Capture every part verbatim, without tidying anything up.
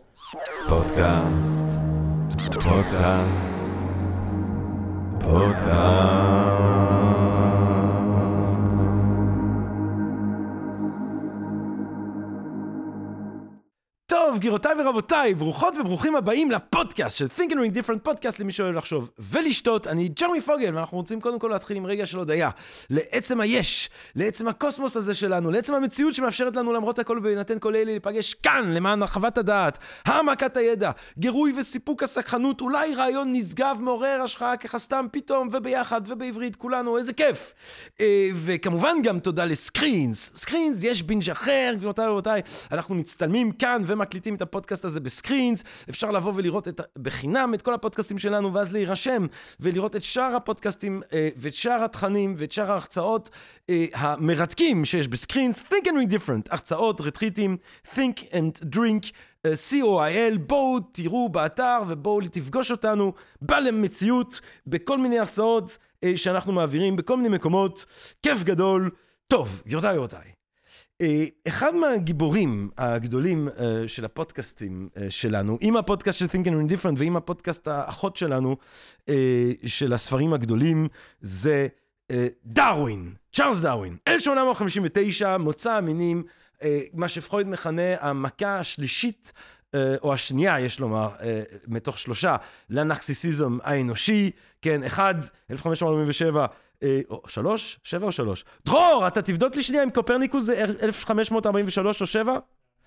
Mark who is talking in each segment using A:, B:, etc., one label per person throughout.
A: פודקאסט, פודקאסט, פודקאסט. טוב, גבירותיי ורבותיי, ברוכות וברוכים הבאים לפודקאסט של Think and Ring Different פודקאסט למי שאוהב לחשוב ולשתות. אני ג'רמי פוגל, ואנחנו רוצים קודם כל להתחיל עם רגע של הודעה לעצם היש, לעצם הקוסמוס הזה שלנו, לעצם המציאות שמאפשרת לנו למרות הכל ובנתן כל אלה להיפגש כאן למען הרחבת הדעת, העמקת הידע, גירוי וסיפוק הסקחנות, אולי רעיון נשגב מעורר השחאה כחסתם פתאום וביחד ובעברית כולנו, איזה כיף. וכמובן גם תודה לסקרינס. סקרינס, יש בינג' אחר, גבירותיי ורבותיי, אנחנו מצטלמים כאן ומקליטים את הפודקאסט הזה בסקרינס. אפשר לבוא ולראות את, בחינם את כל הפודקאסטים שלנו, ואז להירשם ולראות את שאר הפודקאסטים אה, ואת שאר התכנים ואת שאר ההרצאות אה, המרתקים שיש בסקרינס. Think and Ring Different, הרצאות, רטריטים, Think and Drink, אה, סי או איי אל. בואו תראו באתר ובואו תפגוש אותנו במציאות, בכל מיני הרצאות אה, שאנחנו מעבירים, בכל מיני מקומות. כיף גדול. טוב, גבירותיי ורבותיי, אחד מהגיבורים הגדולים של הפודקאסטים שלנו, עם הפודקאסט של Think and Ring Different ועם הפודקאסט האחות שלנו של הספרים הגדולים, זה דרווין, צ'ארלס דרווין. אלף שמונה מאות חמישים ותשע, מוצא המינים, מה שפרויד מכנה המכה השלישית או השנייה, יש לומר, מתוך שלושה, לנרקסיסיזם האנושי. כן, אחד, אלף חמש מאות ארבעים ושבע, או שלוש? שבע או שלוש? דרור, אתה תבדוק לי שנייה אם קופרניקוס זה אלף חמש מאות ארבעים ושלוש או שבע?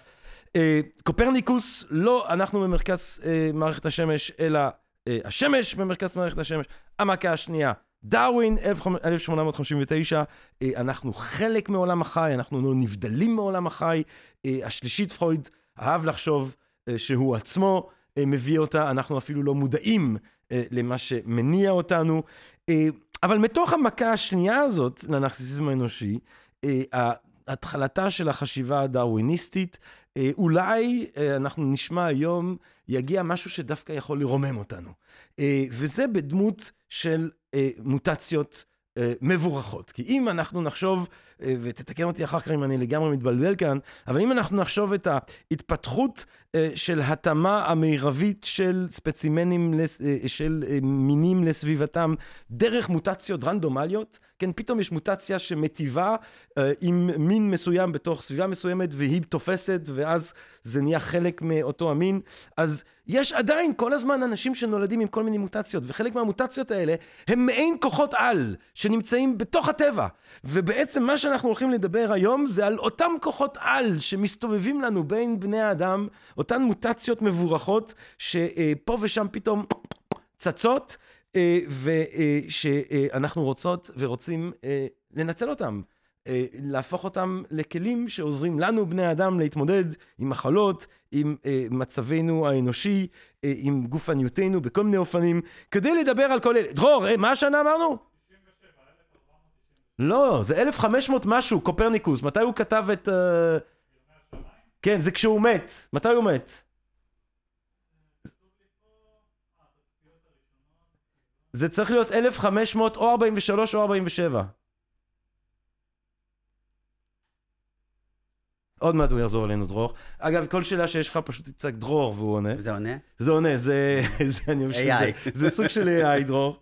A: קופרניקוס, לא, אנחנו במרכז מערכת השמש, אלא השמש במרכז מערכת השמש. המכה השנייה, דרווין, אלף שמונה מאות חמישים ותשע, אנחנו חלק מעולם החי, אנחנו לא נבדלים מעולם החי. השלישית, פרויד אהב לחשוב שהוא עצמו מביא אותה, אנחנו אפילו לא מודעים למה שמניע אותנו. אבל מתוך המכה השנייה הזאת לנרקסיסיזם האנושי, התחלתה של החשיבה הדרוויניסטית, אולי אנחנו נשמע היום, יגיע משהו שדווקא יכול לרומם אותנו. וזה בדמות של מוטציות מבורכות. כי אם אנחנו נחשוב, ותתקן אותי אחר כך אם אני לגמרי מתבלבל כאן, אבל אם אנחנו נחשוב את ההתפתחות של התאמה המרבית של ספצימנים, של מינים לסביבתם, דרך מוטציות רנדומליות, כן, פתאום יש מוטציה שמטיבה עם מין מסוים בתוך סביבה מסוימת, והיא תופסת, ואז זה נהיה חלק מאותו המין. אז יש עדיין כל הזמן אנשים שנולדים עם כל מיני מוטציות, וחלק מהמוטציות האלה הם מעין כוחות על, שנמצאים בתוך הטבע. ובעצם מה שאנחנו הולכים לדבר היום, זה על אותם כוחות על שמסתובבים לנו בין בני האדם, אותן מוטציות מבורכות, שפה ושם פתאום צצות, ושאנחנו רוצות ורוצים לנצל אותם. להפוך אותם לכלים שעוזרים לנו, בני האדם, להתמודד עם מחלות, עם מצבנו האנושי, עם גופניותנו, בכל מיני אופנים, כדי לדבר על כל אלה. דרור, מה השנה אמרנו?
B: תשעים ושבע, אלף ארבע מאות תשעים ושבע.
A: לא, זה אלף וחמש מאות משהו, קופרניקוס. מתי הוא כתב את... כן, זה כשהוא מת. מתי הוא מת? זה צריך להיות אלף וחמש מאות או ארבעים ושלוש או ארבעים ושבע. עוד מעט הוא יחזור אלינו, דרור. אגב, כל שאלה שיש לך פשוט תצג דרור והוא עונה.
C: זה עונה?
A: זה עונה, זה...
C: איי איי.
A: זה סוג של איי איי, דרור.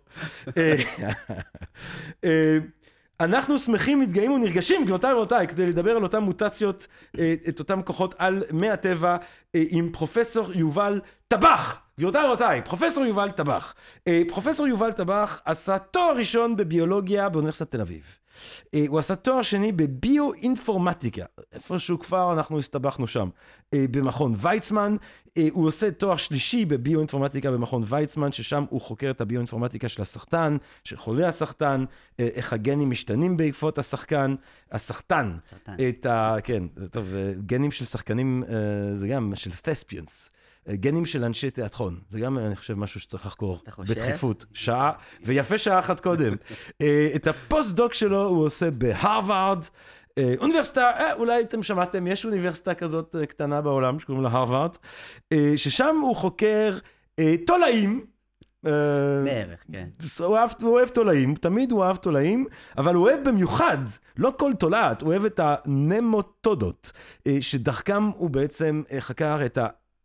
A: אנחנו שמחים, מתגאים ונרגשים, גבירותיי ורבותיי, כדי לדבר על אותן מוטציות, את אותם כוחות על מהטבע, עם פרופסור יובל טבח. גבירותיי ורבותיי, פרופסור יובל טבח. פרופסור יובל טבח עשה תואר ראשון בביולוגיה באוניברסיטת תל אביב. הוא עשה תואר שני בביו-אינפורמטיקה, איפשהו כבר אנחנו הסתבכנו שם, במכון ויצמן. הוא עושה תואר שלישי בביו-אינפורמטיקה במכון ויצמן, ששם הוא חוקר את הביו-אינפורמטיקה של הסרטן, של חולי הסרטן, איך הגנים משתנים בעקבות השחקן, הסרטן, את ה... כן, טוב, גנים של שחקנים, זה גם של תספיאנס. גנים של אנשי תיאטרון, זה גם אני חושב משהו שצריך לחקור בדחיפות, שעה, ויפה שעה אחת קודם. את הפוסט-דוק שלו הוא עושה בהרווארד, אוניברסיטה, אולי אתם שמעתם, יש אוניברסיטה כזאת קטנה בעולם שקוראים לה הרווארד, ששם הוא חוקר תולעים,
C: בערך, כן.
A: הוא אוהב תולעים, תמיד הוא אוהב תולעים, אבל הוא אוהב במיוחד, לא כל תולעת, הוא אוהב את הנמוטודות, שדרכם הוא בעצם חקר את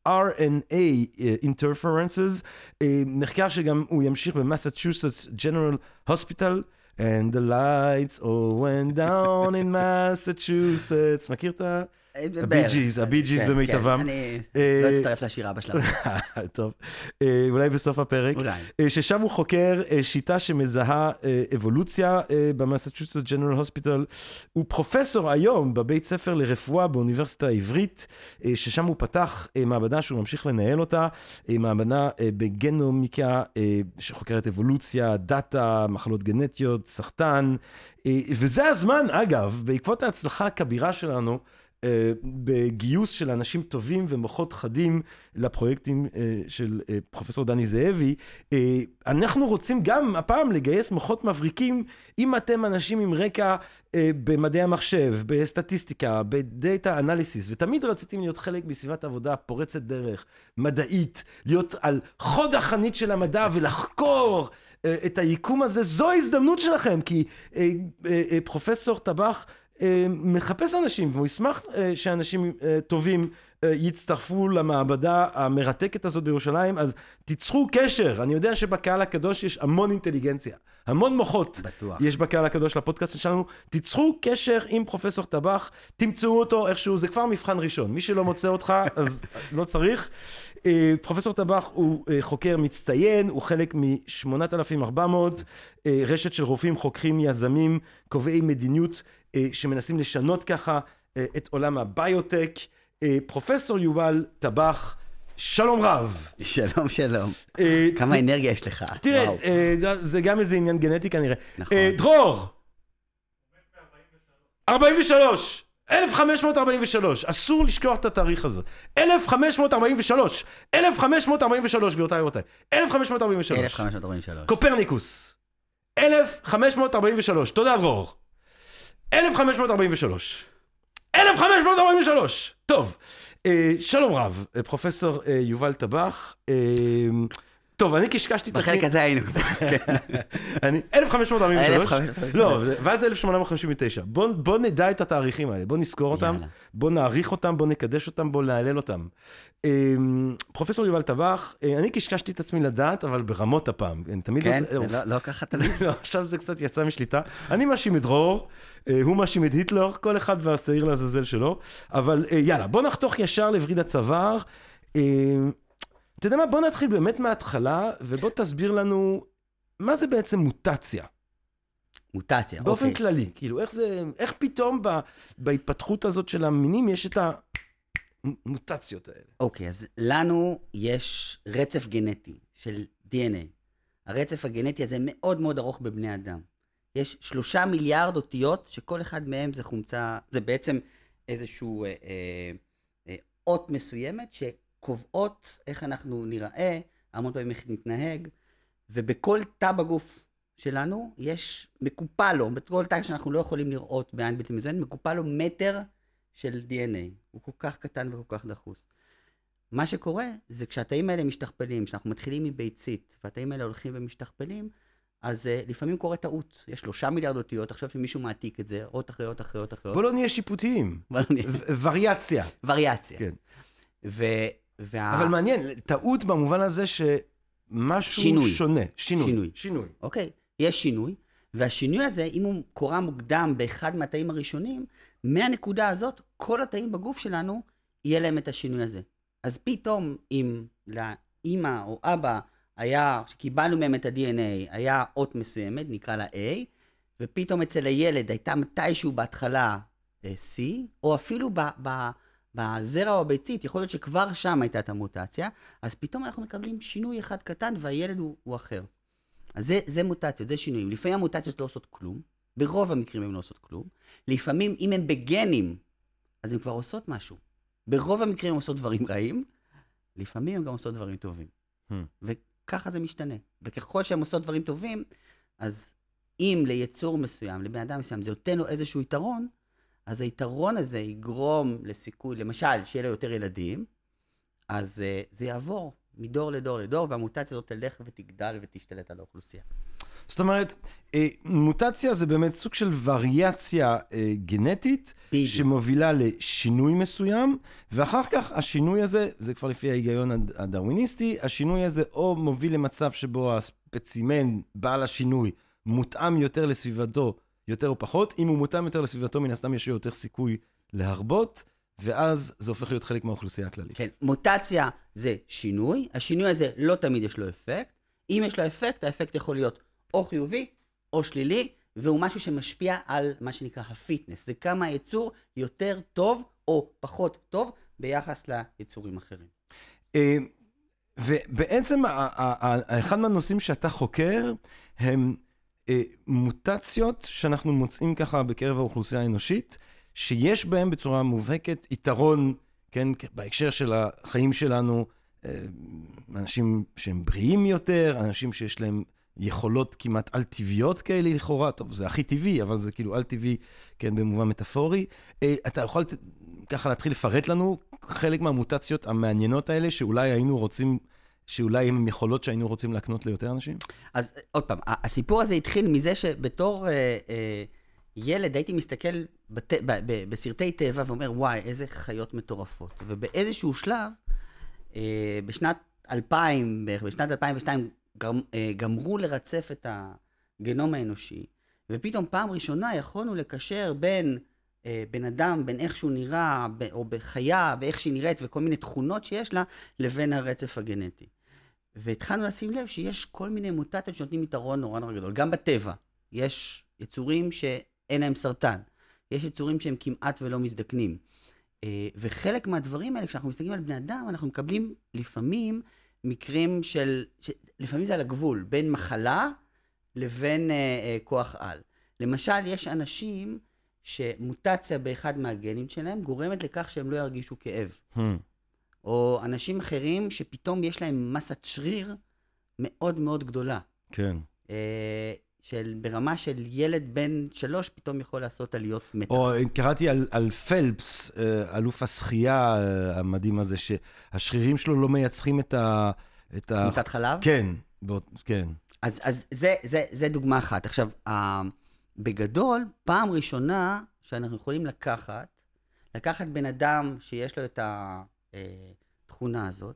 A: אר אן איי interferences, מחקר שגם הוא ימשיך במסצ'וסטס ג'נרל הוספיטל, and the lights all went down in Massachusetts. מכיר את ה... הבי ג'יז, הבי ג'יז במיטבם.
C: אני לא אצטרף לשירה בשלב.
A: טוב, אולי בסוף הפרק.
C: אולי.
A: ששם הוא חוקר שיטה שמזהה אבולוציה במסצ'וסטס ג'נרל הוספיטל. הוא פרופסור היום בבית ספר לרפואה באוניברסיטה העברית, ששם הוא פתח מעבדה שהוא ממשיך לנהל אותה, מעבדה בגנומיקה שחוקרת אבולוציה, דאטה, מחלות גנטיות, סרטן. וזה הזמן, אגב, בעקבות ההצלחה הכבירה שלנו, בגיוס של אנשים טובים ומוחות חדים לפרויקטים של פרופסור דני זאבי, אנחנו רוצים גם הפעם לגייס מוחות מבריקים, אם אתם אנשים עם רקע במדעי המחשב, בסטטיסטיקה, בדאטה אנליסיס, ותמיד רציתם להיות חלק בסביבת עבודה פורצת דרך, מדעית, להיות על חוד החנית של המדע ולחקור את היקום הזה, זו ההזדמנות שלכם, כי פרופסור טבח מחפש אנשים, והוא ישמח שאנשים טובים יצטרפו למעבדה המרתקת הזאת בירושלים, אז תיצרו קשר. אני יודע שבקהל הקדוש יש המון אינטליגנציה, המון מוחות.
C: בטוח.
A: יש בקהל הקדוש לפודקאסט שלנו. תיצרו קשר עם פרופסור טבח, תמצאו אותו איכשהו, זה כבר מבחן ראשון. מי שלא מוצא אותך, אז לא צריך. פרופסור טבח הוא חוקר מצטיין, הוא חלק מ-שמונת אלפים וארבע מאות, רשת של רופאים, חוקרים, יזמים, קובעי מדיניות, שמנסים לשנות ככה את עולם הביוטק. פרופסור יובל טבח, שלום רב.
C: שלום, שלום. כמה אנרגיה יש לך.
A: תראה, זה גם איזה עניין גנטי כנראה.
C: נכון.
A: דרור. ארבעים ושלוש. אלף חמש מאות ארבעים ושלוש. אסור לשכוח את התאריך הזה. אלף חמש מאות ארבעים ושלוש. אלף חמש מאות ארבעים ושלוש, גבירותיי ורבותיי. אלף חמש מאות ארבעים ושלוש.
C: אלף חמש מאות ארבעים ושלוש.
A: קופרניקוס. אלף חמש מאות ארבעים ושלוש. תודה, דרור. אלף חמש מאות ארבעים ושלוש. אלף חמש מאות ארבעים ושלוש. טוב, שלום רב, פרופסור יובל טבח. טוב, אני קשקשתי את עצמי.
C: בחלק הזה היינו.
A: אלף חמש מאות ארבעים ושלוש. לא, ואז אלף שמונה מאות חמישים ותשע. בוא נדע את התאריכים האלה, בוא נזכור אותם, בוא נעריך אותם, בוא נקדש אותם, בוא נעלל אותם. פרופסור יובל טבח, אני קשקשתי את עצמי לדעת, אבל ברמות הפעם.
C: כן, לא ככה תמיד.
A: לא, עכשיו זה קצת יצא משליטה. אני מאשים את דרור, הוא מאשים את היטלר, כל אחד והשעיר לעזאזל שלו. אבל יאללה, בוא נחתוך ישר לווריד הצוואר. אתה יודע מה, בוא נתחיל באמת מההתחלה, ובוא תסביר לנו מה זה בעצם מוטציה.
C: מוטציה,
A: באופן
C: אוקיי.
A: כללי, כאילו, איך זה, איך פתאום ב, בהתפתחות הזאת של המינים יש את המוטציות האלה?
C: אוקיי, אז לנו יש רצף גנטי של די אן איי. הרצף הגנטי הזה מאוד מאוד ארוך בבני אדם. יש שלושה מיליארד אותיות, שכל אחד מהם זה חומצה, זה בעצם איזשהו אה, אה, אות מסוימת, ש... קובעות איך אנחנו נראה, המון פעמים איך נתנהג, ובכל תא בגוף שלנו יש, מקופל לו, בכל תא שאנחנו לא יכולים לראות בעין בלתי מזוהנת, מקופל לו מטר של די אן איי. הוא כל כך קטן וכל כך דחוס. מה שקורה זה כשהתאים האלה משתכפלים, כשאנחנו מתחילים מביצית, והתאים האלה הולכים ומשתכפלים, אז uh, לפעמים קורה טעות. יש שלושה מיליארד אותיות, עכשיו שמישהו מעתיק את זה, אות אחרי אות אחרי אות אחרי אות.
A: בוא לא נהיה שיפוטיים. וריאציה.
C: וריאציה.
A: כן.
C: ו... וה...
A: אבל מעניין, טעות במובן הזה שמשהו
C: שינוי.
A: שונה. שינוי.
C: שינוי.
A: שינוי.
C: אוקיי, יש שינוי, והשינוי הזה, אם הוא קורה מוקדם באחד מהתאים הראשונים, מהנקודה הזאת, כל התאים בגוף שלנו, יהיה להם את השינוי הזה. אז פתאום, אם לאמא או אבא היה, שקיבלנו מהם את ה-די אן איי, היה אות מסוימת, נקרא לה A, ופתאום אצל הילד הייתה מתישהו בהתחלה C, או אפילו ב... ב בזרע או הביצית, יכול להיות שכבר שם הייתה את המוטציה, אז פתאום אנחנו מקבלים שינוי אחד קטן, והילד הוא, הוא אחר. אז זה, זה מוטציות, זה שינויים. לפעמים המוטציות לא עושות כלום, ברוב המקרים הן לא עושות כלום. לפעמים, אם הן בגנים, אז הן כבר עושות משהו. ברוב המקרים הן עושות דברים רעים, לפעמים הן גם עושות דברים טובים. Hmm. וככה זה משתנה. וככל שהן עושות דברים טובים, אז אם ליצור מסוים, לבן אדם מסוים, זה נותן לו איזשהו יתרון, אז היתרון הזה יגרום לסיכוי, למשל, שיהיה לו יותר ילדים, אז uh, זה יעבור מדור לדור לדור, והמוטציה הזאת תלך ותגדל ותשתלט על האוכלוסייה.
A: זאת אומרת, אה, מוטציה זה באמת סוג של וריאציה אה, גנטית,
C: בדיוק.
A: שמובילה לשינוי מסוים, ואחר כך השינוי הזה, זה כבר לפי ההיגיון הד- הדרוויניסטי, השינוי הזה או מוביל למצב שבו הספצימן, בעל השינוי, מותאם יותר לסביבתו, יותר או פחות. אם הוא מותאם יותר לסביבתו, מן הסתם יש לו יותר סיכוי להרבות, ואז זה הופך להיות חלק מהאוכלוסייה הכללית.
C: כן, מוטציה זה שינוי, השינוי הזה לא תמיד יש לו אפקט. אם יש לו אפקט, האפקט יכול להיות או חיובי או שלילי, והוא משהו שמשפיע על מה שנקרא הפיטנס. זה כמה היצור יותר טוב או פחות טוב ביחס ליצורים אחרים.
A: אה, ובעצם, ה- ה- ה- אחד מהנושאים שאתה חוקר, הם אה, מוטציות שאנחנו מוצאים ככה בקרב האוכלוסייה האנושית, שיש בהם בצורה מובהקת יתרון, כן, בהקשר של החיים שלנו, אה, אנשים שהם בריאים יותר, אנשים שיש להם יכולות כמעט על-טבעיות כאלה לכאורה, טוב, זה הכי טבעי, אבל זה כאילו על-טבעי, כן, במובן מטאפורי. אה, אתה יכול לת- ככה להתחיל לפרט לנו חלק מהמוטציות המעניינות האלה, שאולי היינו רוצים, שאולי הם יכולות שהיינו רוצים להקנות ליותר אנשים?
C: אז עוד פעם, ה- הסיפור הזה התחיל מזה שבתור אה, אה, ילד הייתי מסתכל בת, ב, ב, בסרטי טבע ואומר, וואי, איזה חיות מטורפות. ובאיזשהו שלב, אה, בשנת אלפיים, בערך בשנת אלפיים ושתיים, גרם, אה, גמרו לרצף את הגנום האנושי, ופתאום פעם ראשונה יכולנו לקשר בין אה, בן אדם, בין איך שהוא נראה, ב, או בחיה, באיך שהיא נראית, וכל מיני תכונות שיש לה, לבין הרצף הגנטי. והתחלנו לשים לב שיש כל מיני מוטציות שנותנים יתרון נורא נורא גדול. גם בטבע יש יצורים שאין להם סרטן. יש יצורים שהם כמעט ולא מזדקנים. אה, וחלק מהדברים האלה, כשאנחנו מסתכלים על בני אדם, אנחנו מקבלים לפעמים מקרים של, ש... לפעמים זה על הגבול, בין מחלה לבין אה, אה, כוח על. למשל, יש אנשים שמוטציה באחד מהגנים שלהם גורמת לכך שהם לא ירגישו כאב.
A: Hmm.
C: או אנשים אחרים שפתאום יש להם מסת שריר מאוד מאוד גדולה.
A: כן.
C: אה, של, ברמה של ילד בן שלוש פתאום יכול לעשות עליות מתח.
A: או קראתי על, על פלפס, אה, אלוף השחייה אה, המדהים הזה, שהשרירים שלו לא מייצרים את ה... את ה...
C: חומצת חלב?
A: כן, באות, כן.
C: אז, אז זה, זה, זה דוגמה אחת. עכשיו, ה, בגדול, פעם ראשונה שאנחנו יכולים לקחת, לקחת בן אדם שיש לו את התכונה הזאת,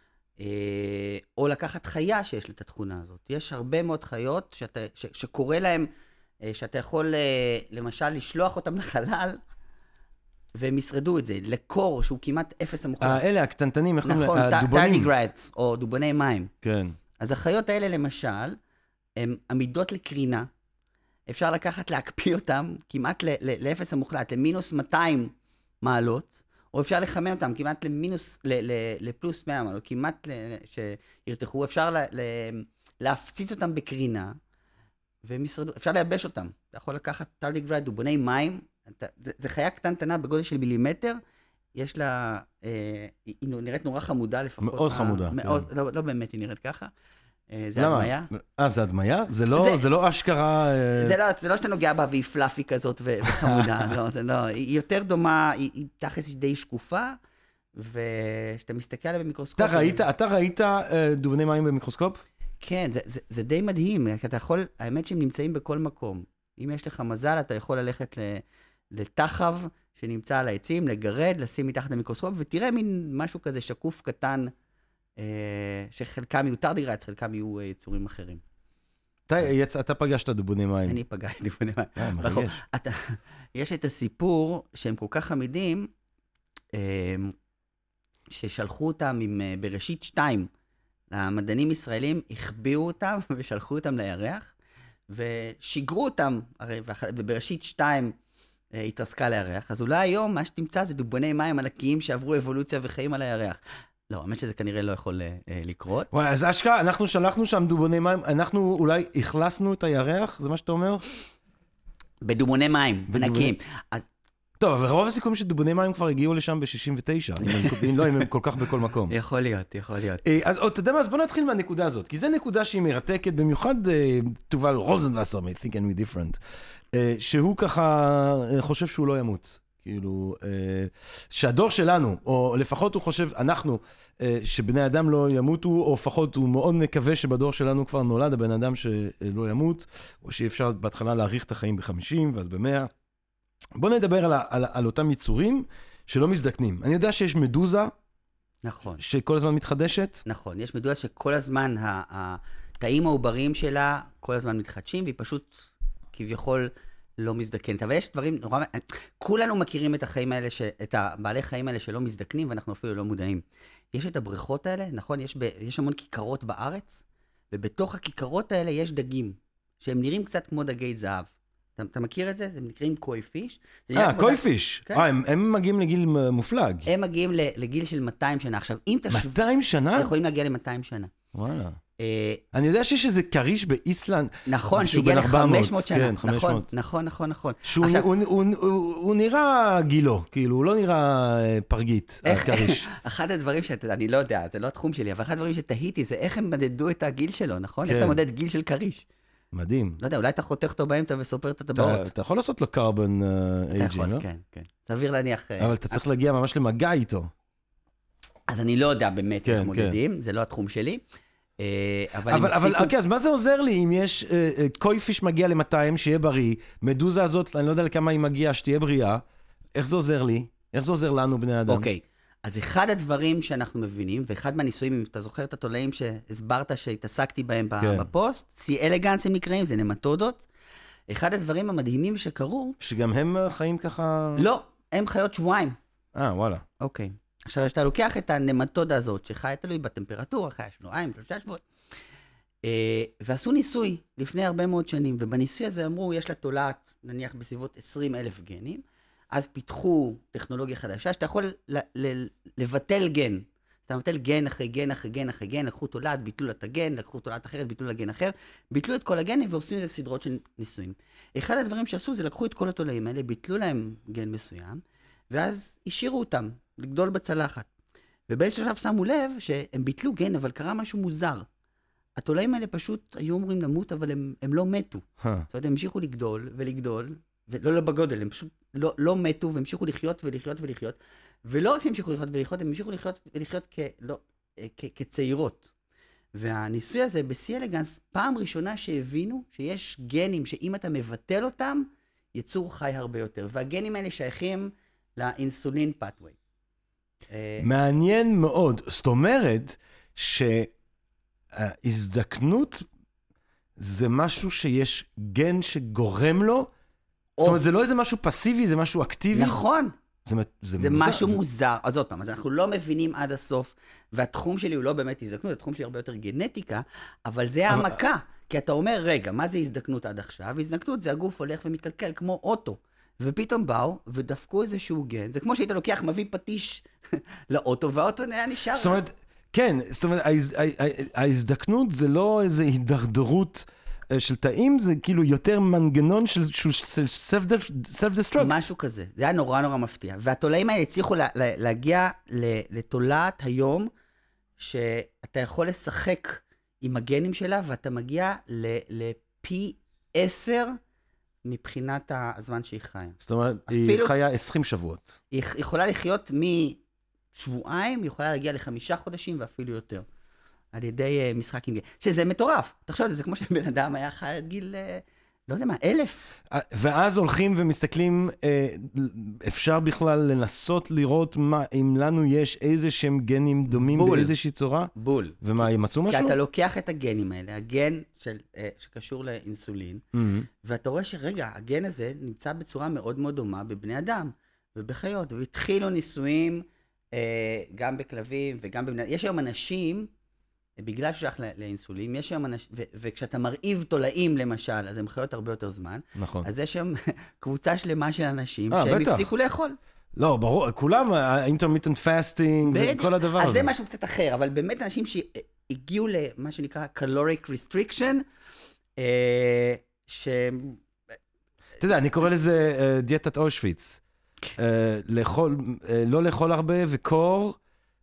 C: אה, או לקחת חיה שיש לה את התכונה הזאת. יש הרבה מאוד חיות שאתה, ש, שקורא להם, אה, שאתה יכול אה, למשל לשלוח אותם לחלל, והם ישרדו את זה, לקור שהוא כמעט אפס המוחלט.
A: אה, אלה, הקטנטנים, איך קוראים
C: נכון,
A: להם? הדובונים.
C: טרדיגרדס, או דובוני מים.
A: כן.
C: אז החיות האלה למשל, הן עמידות לקרינה, אפשר לקחת להקפיא אותם כמעט ל- ל- לאפס המוחלט, למינוס מאתיים מעלות, או אפשר לחמם אותם כמעט למינוס, ל- ל- לפלוס מאה מעלות, כמעט ל- שירתחו, אפשר ל- ל- להפציץ אותם בקרינה, והם ישרדו, אפשר לייבש אותם. אתה יכול לקחת טרדיגרד, דובוני מים, אתה, זה, זה חיה קטנטנה בגודל של מילימטר, יש לה, אה, היא נראית נורא חמודה לפחות.
A: מאוד חמודה.
C: מאוד,
A: כן.
C: לא, לא באמת היא נראית ככה. אה, זה
A: למה?
C: הדמיה.
A: אה, זה הדמיה? זה לא,
C: זה-
A: זה לא אשכרה... אה,
C: זה לא, זה לא שאתה נוגע בה והיא פלאפי כזאת ו- וחמודה, לא, זה לא, היא יותר דומה, היא, היא תכלס די שקופה, וכשאתה מסתכל עליה במיקרוסקופ...
A: אתה ראית, אתה ראית אה, דובני מים במיקרוסקופ?
C: כן, זה, זה, זה די מדהים, כי אתה יכול, האמת שהם נמצאים בכל מקום. אם יש לך מזל, אתה יכול ללכת ל- לתחב שנמצא על העצים, לגרד, לשים מתחת למיקרוסקופ, ותראה מין משהו כזה שקוף קטן, אה, שחלקם יהיו טרדיגרדס, חלקם יהיו אה, יצורים אחרים.
A: אתה, יצ... אתה פגשת דובני מים.
C: אני פגשתי דובוני מים.
A: אה,
C: נכון.
A: מרגש.
C: אתה, יש את הסיפור שהם כל כך עמידים, אה, ששלחו אותם עם, אה, בראשית שתיים, המדענים ישראלים החביאו אותם ושלחו אותם לירח, ושיגרו אותם, הרי, ואח- ובראשית שתיים אה, התרסקה לירח, אז אולי היום מה שתמצא זה דובוני מים ענקיים שעברו אבולוציה וחיים על הירח. לא, האמת שזה כנראה לא יכול אה, אה, לקרות.
A: וואי, אז אשכרה, אנחנו שלחנו שם דובוני מים, אנחנו אולי הכלסנו את הירח, זה מה שאתה אומר?
C: בדובוני מים,
A: בדובוני-
C: ענקיים. אז
A: טוב, אבל רוב הסיכויים שדובוני מים כבר הגיעו לשם ב-שישים ותשע, אם הם- אם לא, אם הם כל כך בכל מקום.
C: יכול להיות, יכול להיות.
A: אה, אז עוד, אתה יודע מה, אז בוא נתחיל מהנקודה הזאת, כי זו נקודה שהיא מרתקת, במיוחד אה, תובל רוזנווסר מ-Think and We Different, אה, שהוא ככה אה, חושב שהוא לא ימות. כאילו, אה, שהדור שלנו, או לפחות הוא חושב, אנחנו, אה, שבני אדם לא ימותו, או לפחות הוא מאוד מקווה שבדור שלנו כבר נולד הבן אדם שלא ימות, או שאי אפשר בהתחלה להאריך את החיים ב-חמישים, ואז ב-מאה. בואו נדבר על, על, על אותם יצורים שלא מזדקנים. אני יודע שיש מדוזה,
C: נכון.
A: שכל הזמן מתחדשת.
C: נכון, יש מדוזה שכל הזמן, התאים העובריים שלה כל הזמן מתחדשים, והיא פשוט כביכול לא מזדקנת. אבל יש דברים נורא... כולנו מכירים את החיים האלה, ש... את הבעלי חיים האלה שלא מזדקנים, ואנחנו אפילו לא מודעים. יש את הבריכות האלה, נכון? יש, ב... יש המון כיכרות בארץ, ובתוך הכיכרות האלה יש דגים, שהם נראים קצת כמו דגי זהב. אתה, אתה מכיר את זה? זה נקראים קוי פיש.
A: אה, קוי פיש. כן? אה, הם, הם מגיעים לגיל מופלג.
C: הם מגיעים לגיל של מאתיים שנה. עכשיו, אם תשב...
A: מאתיים שנה?
C: יכולים להגיע ל-מאתיים שנה.
A: וואלה. אני יודע שיש איזה קריש באיסלנד.
C: נכון, שהגיע ל-חמש מאות שנה. נכון, נכון, נכון, נכון.
A: שהוא נראה גילו, כאילו, הוא לא נראה פרגית, הקריש.
C: אחד הדברים שאתה, אני לא יודע, זה לא התחום שלי, אבל אחד הדברים שתהיתי זה איך הם מדדו את הגיל שלו, נכון? איך אתה מודד גיל של קריש?
A: מדהים.
C: לא יודע, אולי אתה חותך אותו באמצע וסופר את הטבעות.
A: אתה יכול לעשות לו קרבן אייג'ינג, לא?
C: אתה יכול, כן, כן. סביר להניח...
A: אבל אתה צריך להגיע ממש למגע איתו.
C: אז אני לא יודע באמת איך מודדים, זה לא התחום שלי.
A: אבל, אבל, אוקיי, אז מה זה עוזר לי אם יש קוי פיש מגיע ל-מאתיים, שיהיה בריא, מדוזה הזאת, אני לא יודע לכמה היא מגיעה, שתהיה בריאה, איך זה עוזר לי? איך זה עוזר לנו, בני אדם?
C: אוקיי, אז אחד הדברים שאנחנו מבינים, ואחד מהניסויים, אם אתה זוכר את התולעים שהסברת שהתעסקתי בהם בפוסט, סי אלגנס הם נקראים, זה נמטודות, אחד הדברים המדהימים שקרו...
A: שגם הם חיים ככה...
C: לא, הם חיות שבועיים.
A: אה, וואלה.
C: אוקיי. עכשיו, כשאתה לוקח את הנמטודה הזאת, שחיה תלוי בטמפרטורה, חיה שבועיים, שלושה שבועות, ועשו ניסוי לפני הרבה מאוד שנים, ובניסוי הזה אמרו, יש לה תולעת, נניח בסביבות עשרים אלף גנים, אז פיתחו טכנולוגיה חדשה, שאתה יכול לבטל גן. אתה מבטל גן אחרי גן אחרי גן אחרי גן, לקחו תולעת, ביטלו לה את הגן, לקחו תולעת אחרת, ביטלו לה גן אחר, ביטלו את כל הגנים ועושים איזה סדרות של ניסויים. אחד הדברים שעשו זה לקחו את כל התולעים האלה, ביטלו להם גן מסוים, ואז השאירו אותם לגדול בצלחת. ובאיזשהו שלב שמו לב שהם ביטלו גן, אבל קרה משהו מוזר. התולעים האלה פשוט היו אומרים למות, אבל הם, הם לא מתו. זאת אומרת, הם המשיכו לגדול ולגדול, ולא לא בגודל, הם פשוט לא, לא מתו, והמשיכו לחיות ולחיות ולחיות. ולא רק שהמשיכו לחיות ולחיות, הם המשיכו לחיות ולחיות כ, לא, כ, כצעירות. והניסוי הזה בסי אלגנס, פעם ראשונה שהבינו שיש גנים שאם אתה מבטל אותם, יצור חי הרבה יותר. והגנים האלה שייכים לאינסולין פאטווי.
A: מעניין מאוד. זאת אומרת שההזדקנות זה משהו שיש גן שגורם לו, זאת אומרת, זה לא איזה משהו פסיבי, זה משהו אקטיבי.
C: נכון.
A: זה, זה,
C: זה מוזר, משהו זה... מוזר. אז עוד פעם, אז אנחנו לא מבינים עד הסוף, והתחום שלי הוא לא באמת הזדקנות, התחום שלי הרבה יותר גנטיקה, אבל זה אבל... העמקה. כי אתה אומר, רגע, מה זה הזדקנות עד עכשיו? הזדקנות זה הגוף הולך ומתקלקל כמו אוטו. ופתאום באו ודפקו איזשהו גן. זה כמו שהיית לוקח, מביא פטיש לאוטו, והאוטו היה נשאר.
A: זאת אומרת, כן, זאת אומרת, ההזדקנות זה לא איזו הידרדרות של תאים, זה כאילו יותר מנגנון של self-destruct.
C: משהו כזה. זה היה נורא נורא מפתיע. והתולעים האלה הצליחו להגיע לתולעת היום, שאתה יכול לשחק עם הגנים שלה, ואתה מגיע לפי עשר מבחינת הזמן שהיא חיה.
A: זאת אומרת, היא חיה עשרים שבועות.
C: היא יכולה לחיות משבועיים, היא יכולה להגיע לחמישה חודשים ואפילו יותר. על ידי משחק עם גן. שזה מטורף. תחשוב, זה כמו שבן אדם היה חי עד גיל, לא יודע מה, אלף.
A: ואז הולכים ומסתכלים, אפשר בכלל לנסות לראות מה, אם לנו יש איזה שהם גנים דומים באיזושהי צורה?
C: בול.
A: ומה, ימצאו משהו?
C: כי אתה לוקח את הגנים האלה, הגן של, שקשור לאינסולין, ואתה רואה שרגע, הגן הזה נמצא בצורה מאוד מאוד דומה בבני אדם ובחיות, והתחילו ניסויים גם בכלבים וגם בבני אדם. יש היום אנשים, בגלל ששייך לאינסולין, יש שם אנשים, ו- וכשאתה מרעיב תולעים למשל, אז הם חיות הרבה יותר זמן.
A: נכון.
C: אז יש שם קבוצה שלמה של אנשים 아, שהם בטח. הפסיקו לאכול.
A: לא, ברור, כולם, ה-intermittent fasting, וכל הדבר הזה.
C: אז זה משהו קצת אחר, אבל באמת אנשים שהגיעו למה שנקרא caloric restriction, אה, ש...
A: אתה יודע, אני קורא לזה uh, דיאטת אושוויץ. uh, לאכול, uh, לא לאכול הרבה וקור,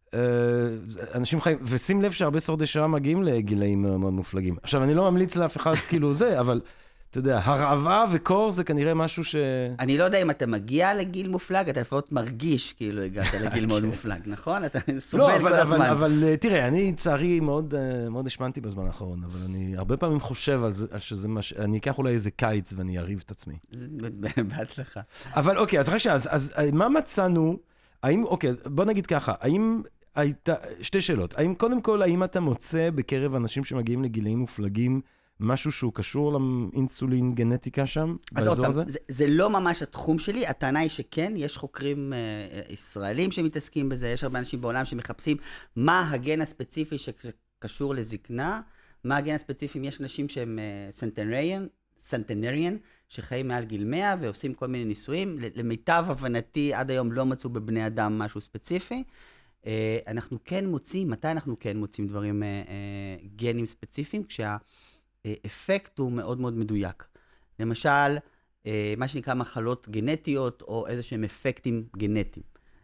A: אנשים חיים, ושים לב שהרבה שורדי שואה מגיעים לגילאים מאוד מופלגים. עכשיו, אני לא ממליץ לאף אחד כאילו זה, אבל אתה יודע, הרעבה וקור זה כנראה משהו ש...
C: אני לא יודע אם אתה מגיע לגיל מופלג, אתה לפחות מרגיש כאילו הגעת לגיל מאוד מופלג, נכון? אתה סובל כל הזמן.
A: לא, אבל תראה, אני צערי מאוד השמנתי בזמן האחרון, אבל אני הרבה פעמים חושב על זה, שזה מה ש... אני אקח אולי איזה קיץ ואני אריב את עצמי.
C: בהצלחה.
A: אבל אוקיי, אז רגע, אז מה מצאנו, האם, אוקיי, בוא נגיד ככה, האם... היית, שתי שאלות. האם, קודם כל, האם אתה מוצא בקרב אנשים שמגיעים לגילאים מופלגים משהו שהוא קשור לאינסולין גנטיקה שם, באזור הזה?
C: זה, זה לא ממש התחום שלי, הטענה היא שכן, יש חוקרים אה, ישראלים שמתעסקים בזה, יש הרבה אנשים בעולם שמחפשים מה הגן הספציפי שקשור לזקנה, מה הגן הספציפי, יש אנשים שהם סנטנריאן, סנטנריאן, שחיים מעל גיל מאה ועושים כל מיני ניסויים, למיטב הבנתי עד היום לא מצאו בבני אדם משהו ספציפי, אנחנו כן מוצאים, מתי אנחנו כן מוצאים דברים, גנים ספציפיים, כשהאפקט הוא מאוד מאוד מדויק. למשל, מה שנקרא מחלות גנטיות, או איזשהם אפקטים גנטיים.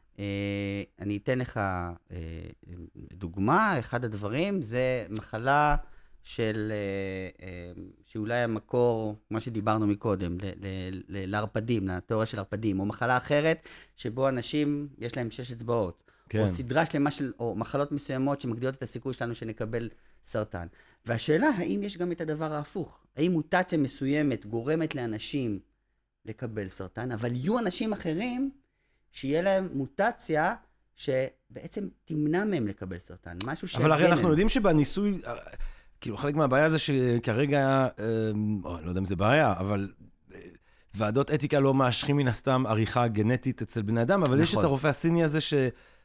C: אני אתן לך דוגמה, אחד הדברים זה מחלה של, שאולי המקור, מה שדיברנו מקודם, לערפדים, לתיאוריה של ערפדים, או מחלה אחרת, שבו אנשים, יש להם שש אצבעות. כן. או סדרה שלמה של, או מחלות מסוימות שמגדילות את הסיכוי שלנו שנקבל סרטן. והשאלה, האם יש גם את הדבר ההפוך? האם מוטציה מסוימת גורמת לאנשים לקבל סרטן, אבל יהיו אנשים אחרים שיהיה להם מוטציה שבעצם תמנע מהם לקבל סרטן, משהו ש...
A: אבל הרי אנחנו יודעים שבניסוי, כאילו חלק מהבעיה זה שכרגע, או, לא יודע אם זה בעיה, אבל... ועדות אתיקה לא מאשרים מן הסתם עריכה גנטית אצל בני אדם, אבל נכון. יש את הרופא הסיני הזה ש...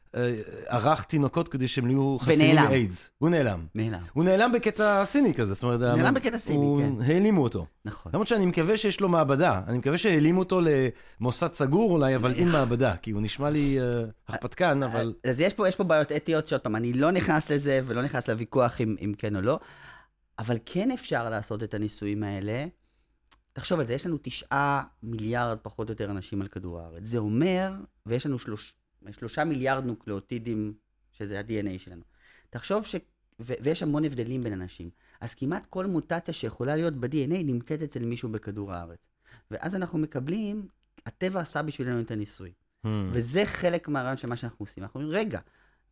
A: ערך תינוקות כדי שהם יהיו חסינים לאיידס. הוא נעלם.
C: נעלם.
A: הוא נעלם בקטע סיני כזה, זאת אומרת...
C: נעלם בקטע סיני, כן.
A: העלימו אותו.
C: נכון.
A: למרות שאני מקווה שיש לו מעבדה. אני מקווה שהעלימו אותו למוסד סגור אולי, אבל עם מעבדה, כי הוא נשמע לי הרפתקן, אבל...
C: אז יש פה, יש פה בעיות אתיות שעוד פעם, אני לא נכנס לזה ולא נכנס לוויכוח אם כן או לא, אבל כן אפשר לעשות את הניסויים האלה. תחשוב על זה, יש לנו תשעה מיליארד פחות או יותר אנשים על כדור הארץ. זה אומר, ויש לנו שלוש... שלושה מיליארד נוקלאוטידים, שזה ה-די אן איי שלנו. תחשוב ש... ו- ויש המון הבדלים בין אנשים. אז כמעט כל מוטציה שיכולה להיות ב-די אן איי נמצאת אצל מישהו בכדור הארץ. ואז אנחנו מקבלים, הטבע עשה בשבילנו את הניסוי. Hmm. וזה חלק מהרעיון של מה שאנחנו עושים. אנחנו אומרים, רגע,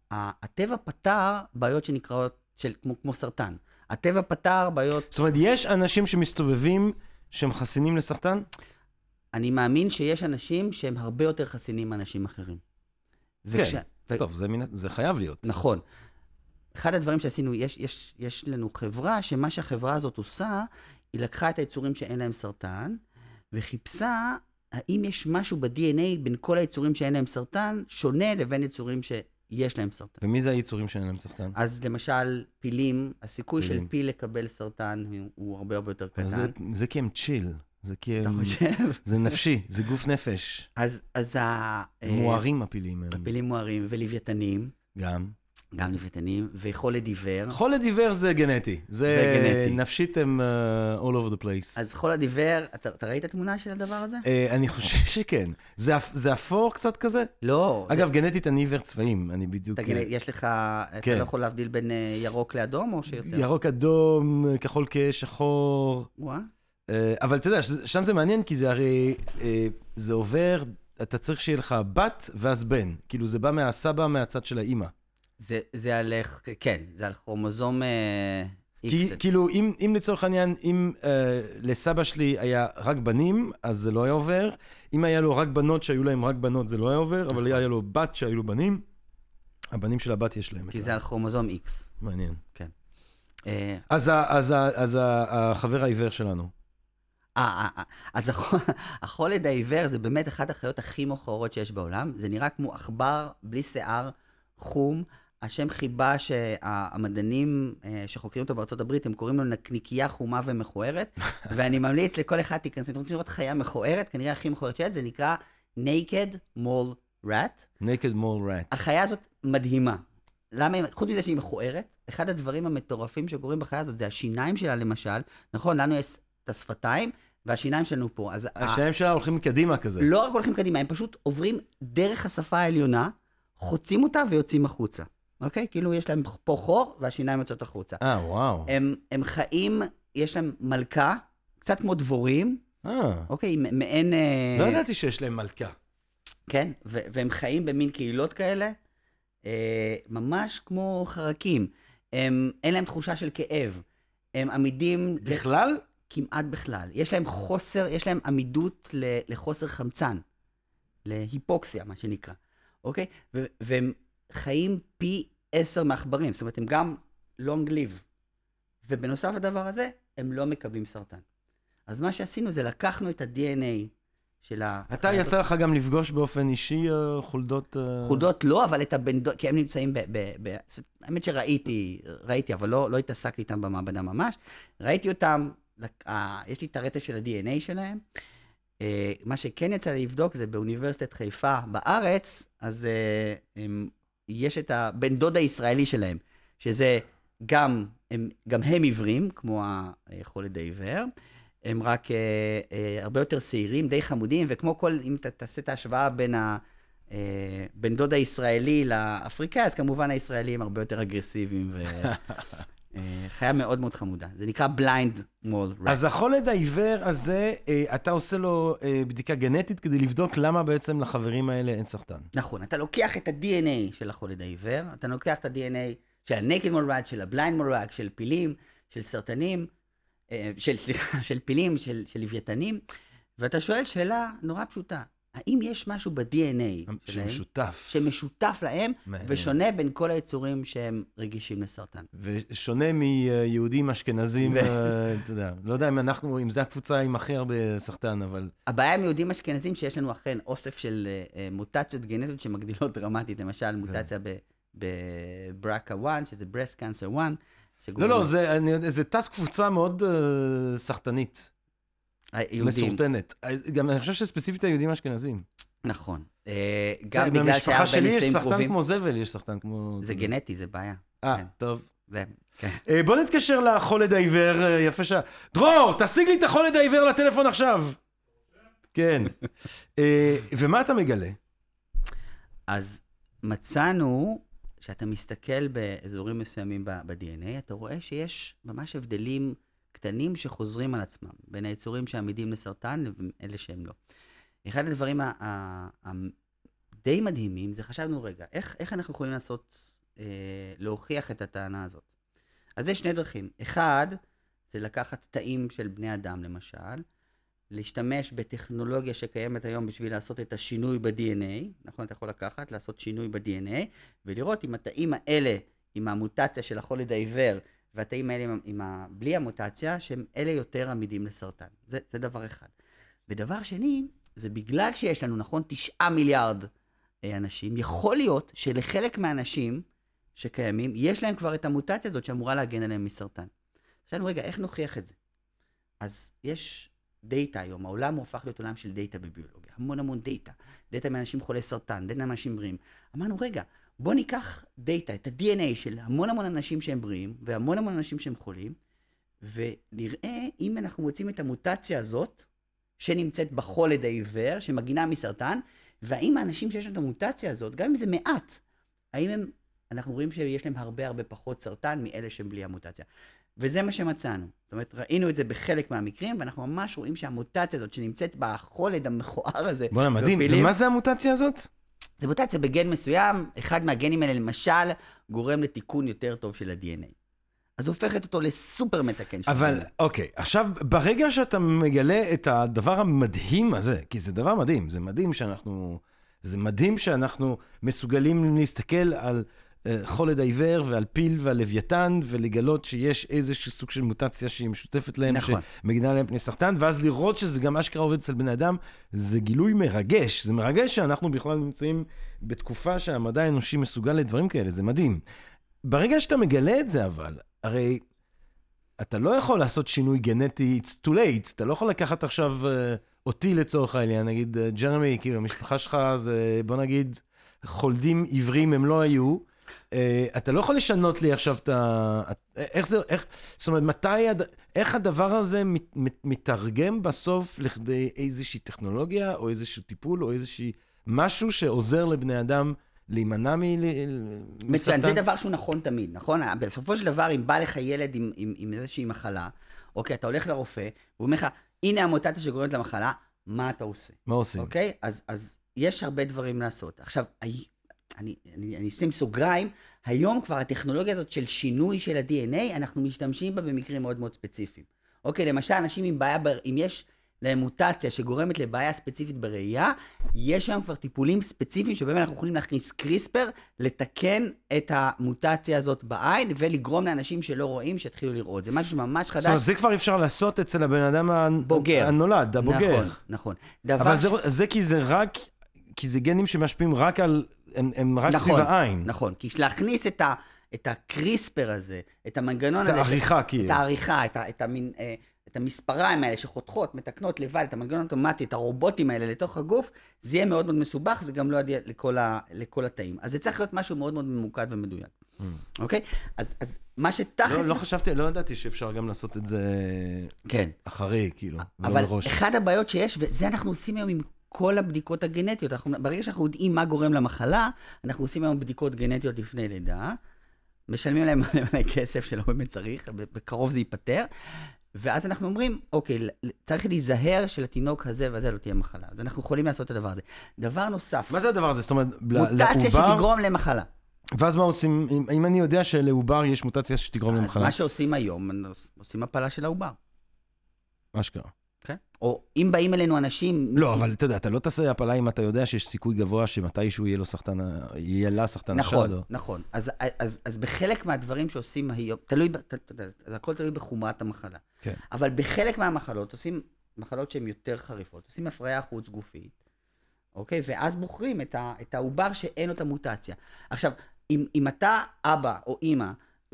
C: הטבע פתר בעיות שנקראות, של, כמו, כמו סרטן. הטבע פתר בעיות...
A: זאת אומרת, יש אנשים שמסתובבים שהם חסינים לסרטן?
C: אני מאמין שיש אנשים שהם הרבה יותר חסינים מאנשים אחרים.
A: וכש... כן, ו... טוב, זה, מין... זה חייב להיות.
C: נכון. אחד הדברים שעשינו, יש, יש, יש לנו חברה, שמה שהחברה הזאת עושה, היא לקחה את היצורים שאין להם סרטן, וחיפשה האם יש משהו ב-די אן איי בין כל היצורים שאין להם סרטן, שונה לבין יצורים שיש להם סרטן.
A: ומי זה היצורים שאין להם סרטן?
C: אז למשל, פילים, הסיכוי פילים. של פיל לקבל סרטן הוא, הוא הרבה הרבה יותר קטן.
A: זה, זה כי הם צ'יל. זה כי
C: אתה
A: הם...
C: חושב?
A: זה נפשי, זה גוף נפש.
C: אז, אז ה...
A: מוארים הפילים.
C: הפילים מוארים ולוויתנים.
A: גם.
C: גם לוויתנים, וחולת עיוור.
A: חולת עיוור זה גנטי. זה,
C: זה גנטי.
A: נפשית הם uh, all over the place.
C: אז חולת עיוור, אתה, אתה ראית תמונה של הדבר הזה?
A: Uh, אני חושב שכן. זה, זה אפור קצת כזה?
C: לא.
A: אגב,
C: זה...
A: גנטית אני עיוור צבעים, אני בדיוק...
C: תגיד, יש לך, כן. אתה לא יכול להבדיל בין ירוק לאדום או שיותר?
A: ירוק אדום, כחול כשחור.
C: וואה.
A: אבל אתה יודע, שם זה מעניין, כי זה הרי, זה עובר, אתה צריך שיהיה לך בת ואז בן. כאילו זה בא מהסבא, מהצד של האמא.
C: זה, זה על, כן, זה על כרומוזום
A: כי, כאילו, אם, אם לצורך העניין, אם uh, לסבא שלי היה רק בנים, אז זה לא היה עובר. אם היה לו רק בנות שהיו להם רק בנות, זה לא היה עובר, אבל היה לו בת שהיו לו בנים, הבנים של הבת יש להם.
C: כי זה על כרומוזום X.
A: מעניין.
C: כן.
A: אז, אז, אז החבר העיוור שלנו.
C: אז החולד העיוור זה באמת אחת החיות הכי מוכרות שיש בעולם. זה נראה כמו עכבר בלי שיער, חום. השם חיבה שהמדענים שחוקרים אותו בארצות הברית, הם קוראים לו נקניקייה חומה ומכוערת, ואני ממליץ לכל אחד תיכנסו, אתם רוצים לראות חיה מכוערת, כנראה הכי מכוערת שיש, זה נקרא Naked Mole Rat.
A: Naked Mole Rat.
C: החיה הזאת מדהימה. למה? חוץ מזה שהיא מכוערת, אחד הדברים המטורפים שקורים בחיה הזאת, זה השיניים שלה למשל, נכון, לנו יש את השפתיים, והשיניים שלנו פה.
A: השיניים שלה הולכים קדימה כזה.
C: לא רק הולכים קדימה, הם פשוט עוברים דרך השפה העליונה, חוצים אותה ויוצאים החוצה. אוקיי? כאילו יש להם פה חור, והשיניים יוצאות החוצה.
A: אה, וואו.
C: הם, הם חיים, יש להם מלכה, קצת כמו דבורים,
A: אה,
C: אוקיי, מעין... אה,
A: לא ידעתי שיש להם מלכה.
C: כן, ו- והם חיים במין קהילות כאלה, אה, ממש כמו חרקים. הם, אין להם תחושה של כאב. הם עמידים...
A: בכלל?
C: כמעט בכלל. יש להם חוסר, יש להם עמידות ל- לחוסר חמצן. להיפוקסיה, מה שנקרא. אוקיי? ו- והם חיים פי עשר מעכברים. זאת אומרת, הם גם long live. ובנוסף לדבר הזה, הם לא מקבלים סרטן. אז מה שעשינו זה לקחנו את ה-די אן איי של ה...
A: אתה יצא לך גם לפגוש באופן אישי אה, חולדות... אה,
C: חולדות לא, אבל את הבן דוד, כי הם נמצאים ב... ב, ב האמת שראיתי, ראיתי, אבל לא, לא התעסקתי איתם במעבדה ממש. ראיתי אותם, אה, יש לי את הרצף של ה-די אן איי שלהם. אה, מה שכן יצא לי לבדוק זה באוניברסיטת חיפה בארץ, אז אה, הם, יש את הבן דוד הישראלי שלהם, שזה גם הם, גם הם עיוורים, כמו החולד העיוור. הם רק אה, אה, הרבה יותר צעירים, די חמודים, וכמו כל, אם אתה תעשה את ההשוואה בין הבן דוד הישראלי לאפריקאי, אז כמובן הישראלים הרבה יותר אגרסיביים, וחיה מאוד מאוד חמודה. זה נקרא blind mole rat.
A: אז החולד העיוור הזה, אה, אתה עושה לו אה, בדיקה גנטית כדי לבדוק למה בעצם לחברים האלה אין סרטן.
C: נכון, אתה לוקח את ה-די אן איי של החולד העיוור, אתה לוקח את ה-די אן איי של ה-naked mole rat, של ה-blind mole rat, של פילים, של סרטנים, של, סליחה, של פילים, של, של לוויתנים, ואתה שואל שאלה נורא פשוטה, האם יש משהו ב-די אן איי שלהם,
A: שמשותף.
C: שמשותף להם,
A: מעניין.
C: ושונה בין כל היצורים שהם רגישים לסרטן?
A: ושונה מיהודים אשכנזים, אה, אתה יודע, לא יודע אם אנחנו, אם זה הקבוצה עם הכי הרבה סרטן, אבל...
C: הבעיה עם יהודים אשכנזים שיש לנו אכן אוסף של uh, מוטציות גנטיות שמגדילות דרמטית, למשל מוטציה בברקה אחת, שזה breast cancer אחת,
A: לא, לא, זה, אני יודע, זה תת קבוצה מאוד uh, סחטנית.
C: היהודים.
A: מסורטנת. גם אני חושב שספציפית היהודים האשכנזים.
C: נכון. אה, גם בגלל שהיה
A: במשפחה שלי יש
C: נישואים
A: סחטן
C: קרובים.
A: כמו זבל, יש סחטן כמו...
C: זה גנטי, זה בעיה.
A: אה,
C: כן.
A: טוב.
C: זה, כן.
A: אה, בוא נתקשר לחולד העיוור, אה, יפה שעה. דרור, תשיג לי את החולד העיוור לטלפון עכשיו. כן. אה, ומה אתה מגלה?
C: אז מצאנו שאתה מסתכל באזורים מסוימים ב-די אן איי, אתה רואה שיש ממש הבדלים קטנים שחוזרים על עצמם, בין היצורים שעמידים לסרטן ואלה שהם לא. אחד הדברים הדי מדהימים, זה חשבנו רגע, איך, איך אנחנו יכולים לעשות, אה, להוכיח את הטענה הזאת? אז יש שני דרכים. אחד, זה לקחת תאים של בני אדם למשל, להשתמש בטכנולוגיה שקיימת היום בשביל לעשות את השינוי ב-די אן איי, נכון? אתה יכול לקחת, לעשות שינוי ב-די אן איי, ולראות אם התאים האלה, עם המוטציה של החולד העיוור, והתאים האלה עם, עם ה, בלי המוטציה, שהם אלה יותר עמידים לסרטן. זה, זה דבר אחד. ודבר שני, זה בגלל שיש לנו, נכון, תשעה מיליארד אה, אנשים, יכול להיות שלחלק מהאנשים שקיימים, יש להם כבר את המוטציה הזאת שאמורה להגן עליהם מסרטן. עכשיו, רגע, איך נוכיח את זה? אז יש דאטה היום, העולם הוא הפך להיות עולם של דאטה בביולוגיה, המון המון דאטה, דאטה מאנשים חולי סרטן, דאטה מאנשים בריאים. אמרנו, רגע, בוא ניקח דאטה, את ה-די אן איי של המון המון אנשים שהם בריאים, והמון המון אנשים שהם חולים, ונראה אם אנחנו מוצאים את המוטציה הזאת, שנמצאת בחולד העיוור, שמגינה מסרטן, והאם האנשים שיש להם את המוטציה הזאת, גם אם זה מעט, האם הם, אנחנו רואים שיש להם הרבה הרבה פחות סרטן מאלה שהם בלי המוטציה. וזה מה שמצאנו. זאת אומרת, ראינו את זה בחלק מהמקרים, ואנחנו ממש רואים שהמוטציה הזאת שנמצאת בחולד המכוער הזה...
A: בוא'נה, מדהים.
C: ופילים,
A: ומה זה המוטציה הזאת?
C: זה מוטציה בגן מסוים, אחד מהגנים האלה למשל, גורם לתיקון יותר טוב של ה-די אן איי. אז הופכת אותו לסופר מתקן.
A: אבל, אוקיי, עכשיו, ברגע שאתה מגלה את הדבר המדהים הזה, כי זה דבר מדהים, זה מדהים שאנחנו, זה מדהים שאנחנו מסוגלים להסתכל על uh, חולד העיוור ועל פיל ועל לוויתן, ולגלות שיש איזשהו סוג של מוטציה שהיא משותפת להם,
C: נכון.
A: שמגינה להם פני סרטן, ואז לראות שזה גם אשכרה עובד אצל בני אדם, זה גילוי מרגש. זה מרגש שאנחנו בכלל נמצאים בתקופה שהמדע האנושי מסוגל לדברים כאלה, זה מדהים. ברגע שאתה מגלה את זה אבל, הרי אתה לא יכול לעשות שינוי גנטי, it's too late, אתה לא יכול לקחת עכשיו uh, אותי לצורך העניין, נגיד, uh, ג'רמי, כאילו, המשפחה שלך זה, בוא נגיד, חולדים עיוורים הם לא היו, uh, אתה לא יכול לשנות לי עכשיו את ה... איך זה, איך, זאת אומרת, מתי, הד... איך הדבר הזה מת, מת, מתרגם בסוף לכדי איזושהי טכנולוגיה, או איזשהו טיפול, או איזושהי משהו שעוזר לבני אדם, להימנע מסרטן?
C: מצוין, זה דבר שהוא נכון תמיד, נכון? בסופו של דבר, אם בא לך ילד עם, עם, עם איזושהי מחלה, אוקיי, אתה הולך לרופא, והוא אומר לך, הנה המוטציה שגורמת למחלה, מה אתה עושה?
A: מה עושים?
C: אוקיי? אז, אז יש הרבה דברים לעשות. עכשיו, אני, אני, אני, אני אשים סוגריים, היום כבר הטכנולוגיה הזאת של שינוי של ה-די אן איי, אנחנו משתמשים בה במקרים מאוד מאוד ספציפיים. אוקיי, למשל, אנשים עם בעיה, אם יש להם מוטציה שגורמת לבעיה ספציפית בראייה, יש היום כבר טיפולים ספציפיים שבהם אנחנו יכולים להכניס קריספר, לתקן את המוטציה הזאת בעין, ולגרום לאנשים שלא רואים שיתחילו לראות. זה משהו ממש חדש.
A: זאת אומרת, זה כבר אפשר לעשות אצל הבן אדם
C: בוגר.
A: הנולד, הבוגר.
C: נכון, נכון.
A: אבל זה, זה כי זה רק, כי זה גנים שמשפיעים רק על, הם, הם רק
C: נכון,
A: סביב העין.
C: נכון, כי להכניס את ה... את הקריספר הזה, את המנגנון הזה,
A: את העריכה, כאילו.
C: את העריכה, את, ה, את, המין, אה, את המספריים האלה שחותכות, מתקנות לבד, את המנגנון האוטומטי, את הרובוטים האלה לתוך הגוף, זה יהיה מאוד מאוד מסובך, זה גם לא יגיע לכל, ה, לכל התאים. אז זה צריך להיות משהו מאוד מאוד ממוקד ומדויק. Mm. אוקיי? אז, אז מה שתכלס...
A: לא, לא חשבתי, לא ידעתי שאפשר גם לעשות את זה
C: כן.
A: אחרי, כאילו,
C: אבל
A: לא מראש.
C: אחד הבעיות שיש, וזה אנחנו עושים היום עם כל הבדיקות הגנטיות, אנחנו, ברגע שאנחנו יודעים מה גורם למחלה, אנחנו עושים היום בדיקות גנטיות לפני לידה, משלמים להם מלא כסף שלא באמת צריך, בקרוב זה ייפטר, ואז אנחנו אומרים, אוקיי, צריך להיזהר שלתינוק הזה וזה לא תהיה מחלה. אז אנחנו יכולים לעשות את הדבר הזה. דבר נוסף.
A: מה זה הדבר הזה? זאת אומרת,
C: מוטציה שתגרום למחלה.
A: ואז מה עושים, אם אני יודע שלעובר יש מוטציה שתגרום למחלה?
C: אז מה שעושים היום, עושים הפלה של העובר.
A: מה שקרה.
C: כן? או אם באים אלינו אנשים...
A: לא, אבל אתה יודע, אתה לא תעשה הפלה אם אתה יודע שיש סיכוי גבוה שמתישהו יהיה לו סחטן, יהיה לה סחטן השד.
C: נכון, נכון. אז, אז, אז בחלק מהדברים שעושים היום, תלוי, אתה יודע, זה הכל תלוי בחומרת המחלה.
A: כן.
C: אבל בחלק מהמחלות, עושים מחלות שהן יותר חריפות, עושים הפריה חוץ גופית, אוקיי? ואז בוחרים את, ה, את העובר שאין לו את המוטציה. עכשיו, אם, אם אתה אבא או אמא,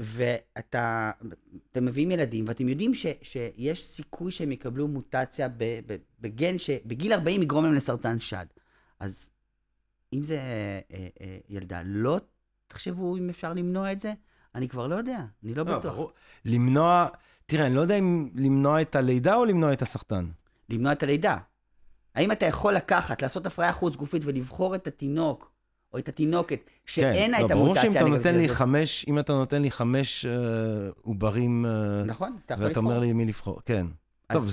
C: ואתה, אתם מביאים ילדים, ואתם יודעים ש, שיש סיכוי שהם יקבלו מוטציה ב, ב, בגן שבגיל ארבעים יגרום להם לסרטן שד. אז אם זה אה, אה, ילדה, לא תחשבו אם אפשר למנוע את זה? אני כבר לא יודע, אני לא בטוח.
A: ברור. למנוע, תראה, אני לא יודע אם למנוע את הלידה או למנוע את הסרטן.
C: למנוע את הלידה. האם אתה יכול לקחת, לעשות הפריה חוץ גופית ולבחור את התינוק, או את התינוקת, שאין לה את המוטציה.
A: ברור שאם אתה נותן לי חמש, אם אתה נותן לי חמש עוברים,
C: נכון, אז אתה יכול
A: ואתה
C: לבחור.
A: אומר לי מי לבחור, כן. טוב,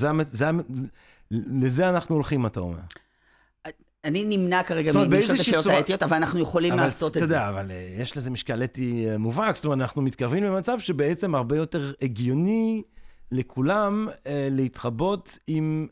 A: לזה אנחנו הולכים, אתה אומר.
C: אני נמנע כרגע מלשאול את השאלות האתיות, אבל אנחנו יכולים לעשות את זה.
A: אתה יודע, אבל יש לזה משקל אתי מובהק, זאת אומרת, אנחנו מתקרבים למצב שבעצם הרבה יותר הגיוני לכולם להתחבות עם...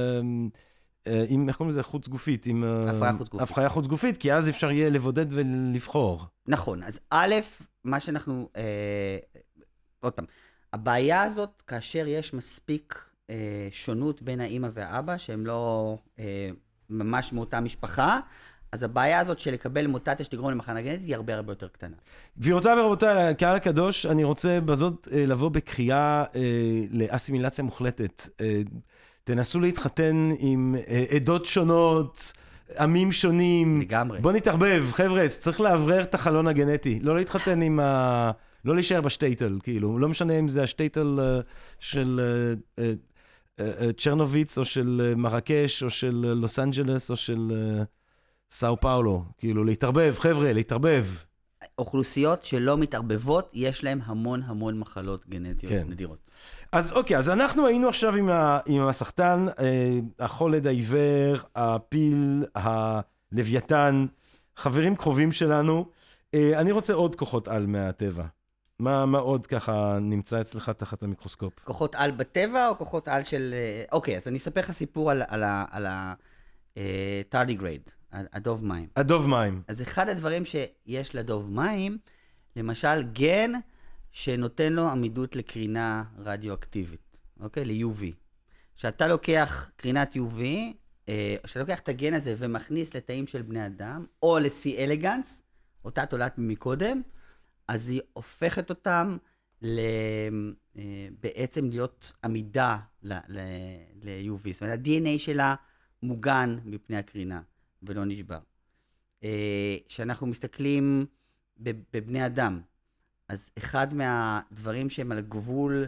A: עם, איך קוראים לזה? חוץ גופית, עם...
C: הפריה חוץ גופית.
A: הפריה חוץ גופית, כי אז אפשר יהיה לבודד ולבחור.
C: נכון, אז א', מה שאנחנו... אה, עוד פעם, הבעיה הזאת, כאשר יש מספיק אה, שונות בין האמא והאבא, שהם לא אה, ממש מאותה משפחה, אז הבעיה הזאת של לקבל מוטציה שתגרום למחלה גנטית היא הרבה הרבה יותר קטנה.
A: גבירותיי ורבותיי, הקהל הקדוש, אני רוצה בזאת אה, לבוא בקריאה אה, לאסימילציה מוחלטת. אה, תנסו להתחתן עם עדות שונות, עמים שונים.
C: לגמרי.
A: בוא נתערבב, חבר'ה, צריך להברר את החלון הגנטי. לא להתחתן עם ה... לא להישאר בשטייטל, כאילו. לא משנה אם זה השטייטל של צ'רנוביץ, או של מרקש, או של לוס אנג'לס, או של סאו פאולו. כאילו, להתערבב, חבר'ה, להתערבב.
C: אוכלוסיות שלא מתערבבות, יש להם המון המון מחלות גנטיות
A: כן.
C: נדירות.
A: אז אוקיי, אז אנחנו היינו עכשיו עם, ה, עם הסחטן, אה, החולד העיוור, הפיל, הלוויתן, חברים קרובים שלנו. אה, אני רוצה עוד כוחות על מהטבע. מה, מה עוד ככה נמצא אצלך תחת המיקרוסקופ?
C: כוחות על בטבע או כוחות על של... אוקיי, אז אני אספר לך סיפור על, על, ה, על ה, אה, tardigrade, הדוב מים.
A: הדוב מים.
C: אז אחד הדברים שיש לדוב מים, למשל גן שנותן לו עמידות לקרינה רדיואקטיבית, אוקיי? ל-יו וי. כשאתה לוקח קרינת יו וי, כשאתה לוקח את הגן הזה ומכניס לתאים של בני אדם, או ל-C. elegans, אותה תולעת מקודם, אז היא הופכת אותם ל... בעצם להיות עמידה ל-יו וי. זאת אומרת, ה-די אן איי שלה מוגן מפני הקרינה, ולא נשבר. כשאנחנו מסתכלים בבני אדם, אז אחד מהדברים שהם על גבול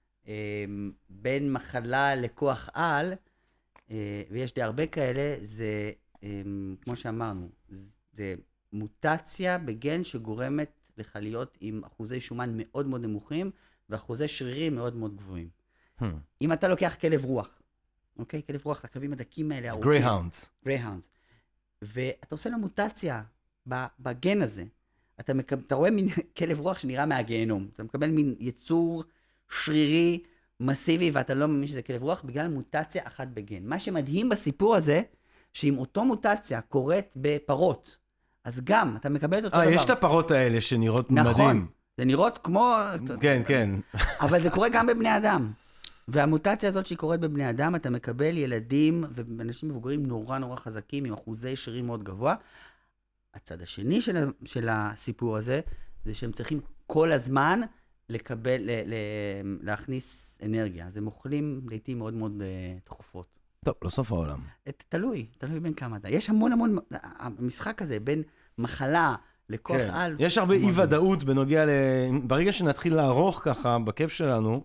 C: בין מחלה לכוח על, ויש די הרבה כאלה, זה, כמו שאמרנו, זה מוטציה בגן שגורמת לך להיות עם אחוזי שומן מאוד מאוד נמוכים, ואחוזי שרירים מאוד מאוד גבוהים.
A: Hmm.
C: אם אתה לוקח כלב רוח, אוקיי? כלב רוח, הכלבים הדקים האלה, ארוכים.
A: גרייהאונדס.
C: גרייהאונדס. ואתה עושה לו מוטציה בגן הזה. אתה, מקב... אתה רואה מין כלב רוח שנראה מהגיהנום. אתה מקבל מין יצור שרירי, מסיבי, ואתה לא מאמין שזה כלב רוח, בגלל מוטציה אחת בגן. מה שמדהים בסיפור הזה, שאם אותו מוטציה קורית בפרות, אז גם אתה מקבל את אותו
A: 아,
C: דבר.
A: יש את הפרות האלה שנראות
C: נכון.
A: מדהים.
C: נכון. זה נראות כמו...
A: כן, כן.
C: אבל זה קורה גם בבני אדם. והמוטציה הזאת שהיא קורית בבני אדם, אתה מקבל ילדים ואנשים מבוגרים נורא נורא חזקים, עם אחוזי שרירים מאוד גבוה. הצד השני של, של הסיפור הזה, זה שהם צריכים כל הזמן לקבל, ל, ל, להכניס אנרגיה. אז הם אוכלים לעתים מאוד מאוד uh, תכופות.
A: טוב, לא סוף העולם.
C: את, תלוי, תלוי בין כמה אתה. יש המון המון, המשחק הזה בין מחלה לכוח
A: כן.
C: על.
A: יש הרבה אי-ודאות בנוגע ל... ברגע שנתחיל לערוך ככה בכיף שלנו,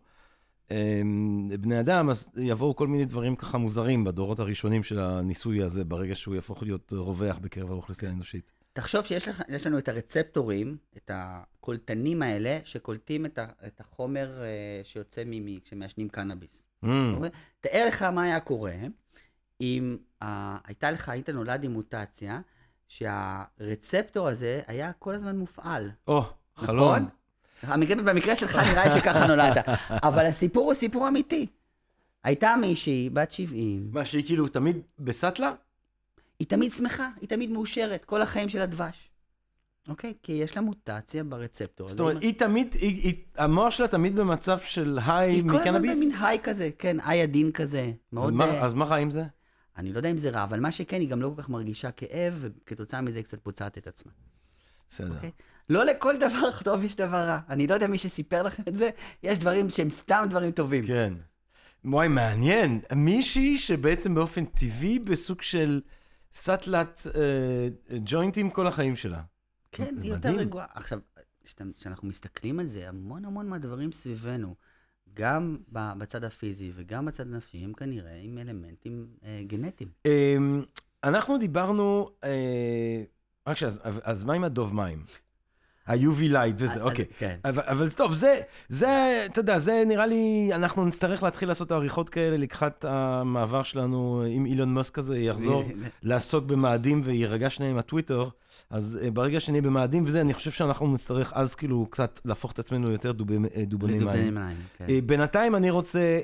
A: בני אדם, אז יבואו כל מיני דברים ככה מוזרים בדורות הראשונים של הניסוי הזה, ברגע שהוא יהפוך להיות רווח בקרב האוכלוסייה האנושית. תחשוב
C: שיש לך, יש לנו את הרצפטורים, את הקולטנים האלה, שקולטים את, ה, את החומר uh, שיוצא ממי, כשמעשנים קנאביס. Mm. Okay? תאר לך מה היה קורה, אם uh, הייתה לך, היית נולד עם מוטציה, שהרצפטור הזה היה כל הזמן מופעל.
A: או, oh, חלום.
C: המקרה, במקרה שלך נראה שככה נולדת. אבל הסיפור הוא סיפור אמיתי. הייתה מישהי, בת שבעים.
A: מה, שהיא כאילו תמיד בסטלה?
C: היא תמיד שמחה, היא תמיד מאושרת, כל החיים של הדבש. אוקיי? כי יש לה מוטציה ברצפטור.
A: זאת אומרת, היא תמיד, היא, היא, המוח שלה תמיד במצב של היי מקנאביס?
C: היא כל הזמן במין היי כזה, כן, היי עדין כזה. מאוד...
A: מה, אז מה רע עם זה?
C: אני לא יודע אם זה רע, אבל מה שכן, היא גם לא כל כך מרגישה כאב, וכתוצאה מזה היא קצת פוצעת את עצמה.
A: בסדר.
C: אוקיי? לא לכל דבר טוב יש דבר רע. אני לא יודע מי שסיפר לכם את זה, יש דברים שהם סתם דברים טובים.
A: כן. וואי, מעניין. מישהי שבעצם באופן טבעי בסוג של סטלת אה, ג'וינטים כל החיים שלה.
C: כן, היא יותר רגועה. עכשיו, כשאנחנו מסתכלים על זה, המון המון מהדברים סביבנו, גם בצד הפיזי וגם בצד הנפשי, הם כנראה עם אלמנטים אה, גנטיים.
A: אה, אנחנו דיברנו, אה, רק שאז, אז מה עם הדוב מים? ה-יו וי light וזה, אוקיי.
C: כן.
A: אבל, אבל טוב, זה, זה, אתה יודע, זה נראה לי, אנחנו נצטרך להתחיל לעשות העריכות כאלה לקחת המעבר שלנו, אם אילון מאסק כזה יחזור לעסוק במאדים וירגע שנייה עם הטוויטר, אז ברגע שנהיה במאדים וזה, אני חושב שאנחנו נצטרך אז כאילו קצת להפוך את עצמנו יותר דובוני מים. בינתיים אני רוצה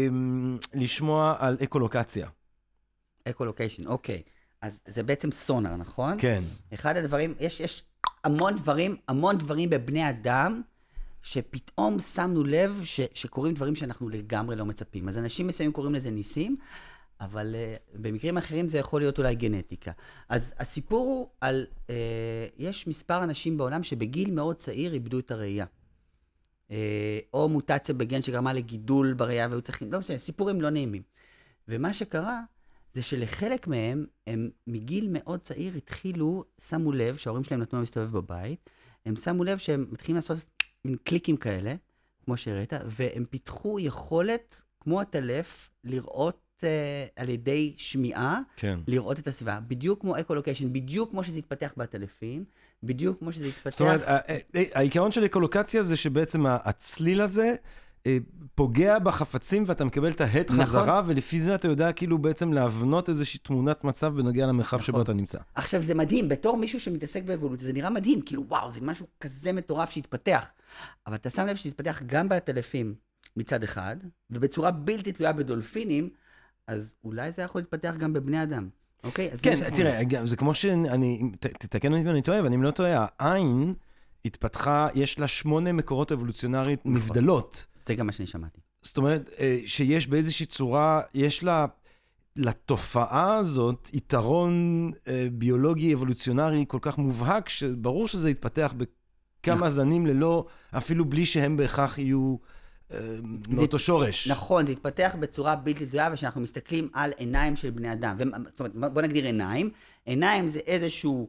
A: לשמוע על אקולוקציה.
C: אקולוקיישן, אוקיי. אז זה בעצם סונר, נכון?
A: כן.
C: אחד הדברים, יש, יש המון דברים, המון דברים בבני אדם, שפתאום שמנו לב ש, שקורים דברים שאנחנו לגמרי לא מצפים. אז אנשים מסוימים קוראים לזה ניסים, אבל uh, במקרים אחרים זה יכול להיות אולי גנטיקה. אז הסיפור הוא על, uh, יש מספר אנשים בעולם שבגיל מאוד צעיר איבדו את הראייה. Uh, או מוטציה בגן שגרמה לגידול בראייה והיו צריכים, לא בסדר, סיפורים לא נעימים. ומה שקרה, זה שלחלק מהם, הם מגיל מאוד צעיר התחילו, שמו לב, שההורים שלהם נתנו להם להסתובב בבית, הם שמו לב שהם מתחילים לעשות מין קליקים כאלה, כמו שהראית, והם פיתחו יכולת, כמו הטלף, לראות uh, על ידי שמיעה, כן. לראות את הסביבה. בדיוק כמו אקולוקיישן, בדיוק כמו שזה התפתח בטלפים, בדיוק כמו שזה התפתח...
A: זאת אומרת, העיקרון של אקולוקציה זה שבעצם הצליל הזה, פוגע בחפצים ואתה מקבל את ההד נכון. חזרה, ולפי זה אתה יודע כאילו בעצם להבנות איזושהי תמונת מצב בנוגע למרחב נכון. שבו אתה נמצא.
C: עכשיו זה מדהים, בתור מישהו שמתעסק באבולוציה, זה נראה מדהים, כאילו וואו, זה משהו כזה מטורף שהתפתח. אבל אתה שם לב שהתפתח גם בטלפים מצד אחד, ובצורה בלתי תלויה בדולפינים, אז אולי זה יכול להתפתח גם בבני אדם. אוקיי?
A: כן, תראה, אומר. זה כמו שאני, תתקן אותי ואני טועה, ואני לא טועה, העין התפתחה, יש לה שמונה מקורות אבולוציונרית נכון. נבדלות.
C: זה גם מה שאני שמעתי.
A: זאת אומרת, שיש באיזושהי צורה, יש לה, לתופעה הזאת, יתרון ביולוגי, אבולוציונרי כל כך מובהק, שברור שזה יתפתח בכמה זנים ללא, אפילו בלי שהם בהכרח יהיו מאותו שורש.
C: נכון, זה יתפתח בצורה בלתי תלויה, ושאנחנו מסתכלים על עיניים של בני אדם. זאת אומרת, בוא נגדיר עיניים. עיניים זה איזשהו...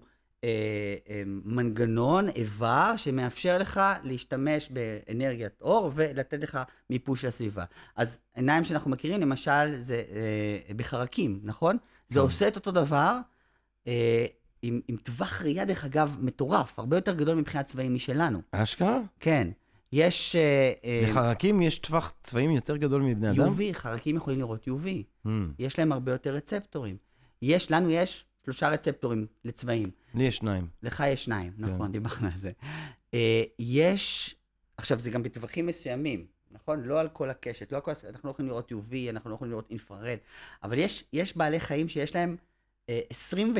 C: מנגנון, איבר, שמאפשר לך להשתמש באנרגיית אור ולתת לך מיפוש לסביבה. אז עיניים שאנחנו מכירים, למשל, זה בחרקים, נכון? זה עושה את אותו דבר, עם, עם טווח ראייה, דרך אגב, מטורף, הרבה יותר גדול מבחינת צבעים משלנו.
A: אשכרה?
C: כן. יש... אה, אה,
A: לחרקים יש טווח צבעים יותר גדול מבני אדם?
C: יו וי, חרקים יכולים לראות יו וי.
A: Hmm.
C: יש להם הרבה יותר רצפטורים. יש, לנו יש שלושה רצפטורים לצבעים.
A: לי יש שניים.
C: לך יש שניים, נכון, דיברנו על זה. אה, יש, עכשיו זה גם בטווחים מסוימים, נכון? לא על כל הקשת, לא על כל, אנחנו לא יכולים לראות יו וי, אנחנו לא יכולים לראות אינפרד, אבל יש, יש בעלי חיים שיש להם אה, עשרים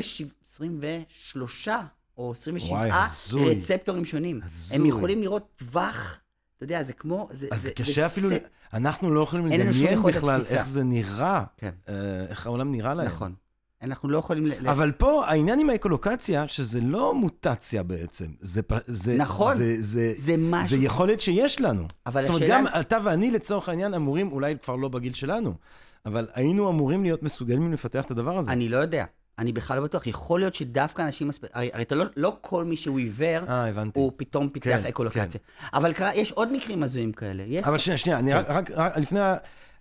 C: ושלושה או עשרים ושבעה רצפטורים שונים.
A: הזוי.
C: הם יכולים לראות טווח, אתה יודע, זה כמו... זה,
A: אז
C: זה,
A: קשה
C: זה
A: אפילו,
C: סט...
A: אנחנו לא יכולים
C: אין לנו שום
A: לדמיין
C: יכולת
A: בכלל
C: התפיסה.
A: איך זה נראה,
C: כן.
A: אה, איך העולם נראה להם.
C: נכון. אנחנו לא יכולים... ל-
A: אבל פה העניין עם האקולוקציה, שזה לא מוטציה בעצם. זה, פ- זה,
C: נכון.
A: זה, זה,
C: זה משהו...
A: זה יכולת שיש לנו.
C: אבל
A: זאת אומרת,
C: השאלה...
A: גם אתה ואני לצורך העניין אמורים, אולי כבר לא בגיל שלנו, אבל היינו אמורים להיות מסוגלים לפתח את הדבר הזה.
C: אני לא יודע. אני בכלל לא בטוח. יכול להיות שדווקא אנשים... הספ- הרי, הרי אתה לא, לא כל מי שהוא עיוור,
A: אה, הבנתי.
C: הוא פתאום פיתח
A: כן,
C: אקולוקציה. אבל קרה, יש עוד מקרים הזויים כאלה. יש...
A: אבל שנייה, שנייה, אני רק, רק, רק לפני ה...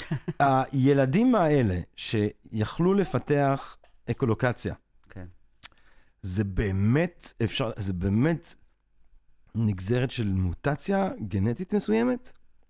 A: הילדים האלה שיכלו לפתח אקולוקציה,
C: כן.
A: זה באמת אפשר, זה באמת נגזרת של מוטציה גנטית מסוימת?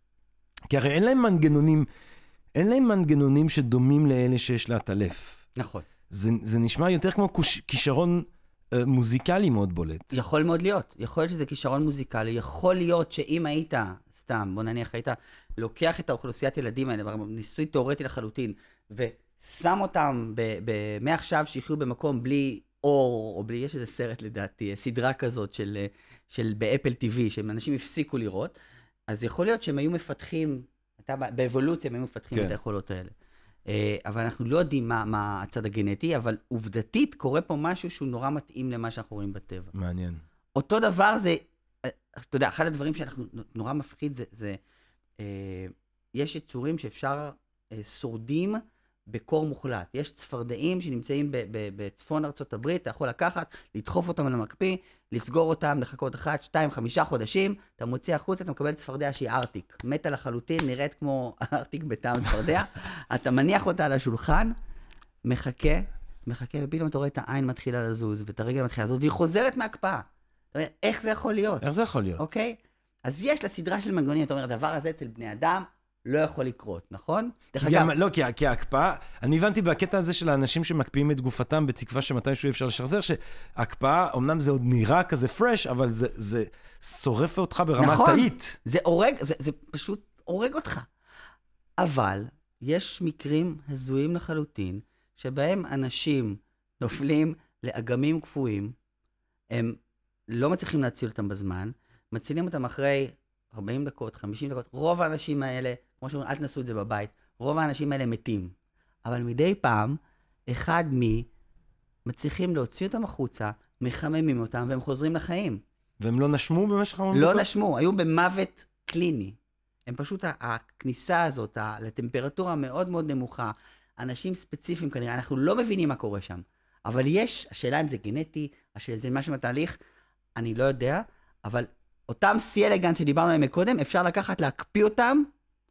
A: כי הרי אין להם מנגנונים, אין להם מנגנונים שדומים לאלה שיש לעטלף.
C: נכון.
A: זה, זה נשמע יותר כמו כוש, כישרון אה, מוזיקלי מאוד בולט.
C: יכול מאוד להיות. יכול להיות שזה כישרון מוזיקלי. יכול להיות שאם היית, סתם, בוא נניח, היית לוקח את האוכלוסיית ילדים האלה, ניסוי תיאורטי לחלוטין, ושם אותם ב- ב- מעכשיו שיחיו במקום בלי אור, או בלי, יש איזה סרט לדעתי, סדרה כזאת של, של באפל טי וי, שאנשים הפסיקו לראות, אז יכול להיות שהם היו מפתחים, אתה, באבולוציה הם היו מפתחים
A: כן.
C: את היכולות האלה. אבל אנחנו לא יודעים מה, מה הצד הגנטי, אבל עובדתית קורה פה משהו שהוא נורא מתאים למה שאנחנו רואים בטבע.
A: מעניין.
C: אותו דבר זה, אתה יודע, אחד הדברים שאנחנו נורא מפחיד זה, זה אה, יש יצורים שאפשר, אה, שורדים בקור מוחלט. יש צפרדעים שנמצאים ב, ב, בצפון ארצות הברית, אתה יכול לקחת, לדחוף אותם על המקפיא, לסגור אותם, לחכות אחד, שתיים, חמישה חודשים, אתה מוציא החוצה, אתה מקבל צפרדע שהיא ארטיק. מתה לחלוטין, נראית כמו ארטיק בטעם צפרדע. אתה מניח אותה על השולחן, מחכה, מחכה, ופתאום אתה רואה את העין מתחילה לזוז, ואת הרגל מתחילה לזוז, והיא חוזרת מהקפאה. אתה אומר, איך זה יכול להיות?
A: איך זה יכול להיות?
C: אוקיי? אז יש לה סדרה של מנגנונים, אתה אומר, הדבר הזה אצל בני אדם לא יכול לקרות, נכון? דרך
A: גם,
C: אגב,
A: לא, כי, כי ההקפאה, אני הבנתי בקטע הזה של האנשים שמקפיאים את גופתם בתקווה שמתישהו אפשר לשחזר, שההקפאה, אמנם זה עוד נראה כזה פרש, אבל זה, זה שורף אותך ברמה
C: נכון.
A: תאית.
C: זה הורג, זה, זה פשוט הורג אותך. אבל יש מקרים הזויים לחלוטין, שבהם אנשים נופלים לאגמים קפואים, הם לא מצליחים להציל אותם בזמן, מצילים אותם אחרי ארבעים דקות, חמישים דקות. רוב האנשים האלה, כמו שאומרים, אל תנסו את זה בבית, רוב האנשים האלה מתים. אבל מדי פעם, אחד מי מצליחים להוציא אותם החוצה, מחממים אותם, והם חוזרים לחיים.
A: והם לא נשמו במשך המון
C: לא
A: דקות?
C: נשמו, היו במוות קליני. הם פשוט, הכניסה הזאת, לטמפרטורה מאוד מאוד נמוכה, אנשים ספציפיים כנראה, אנחנו לא מבינים מה קורה שם. אבל יש, השאלה אם זה גנטי, השאלה זה משהו מהתהליך, אני לא יודע, אבל אותם סי אלגנס שדיברנו עליהם מקודם, אפשר לקחת, להקפיא אותם,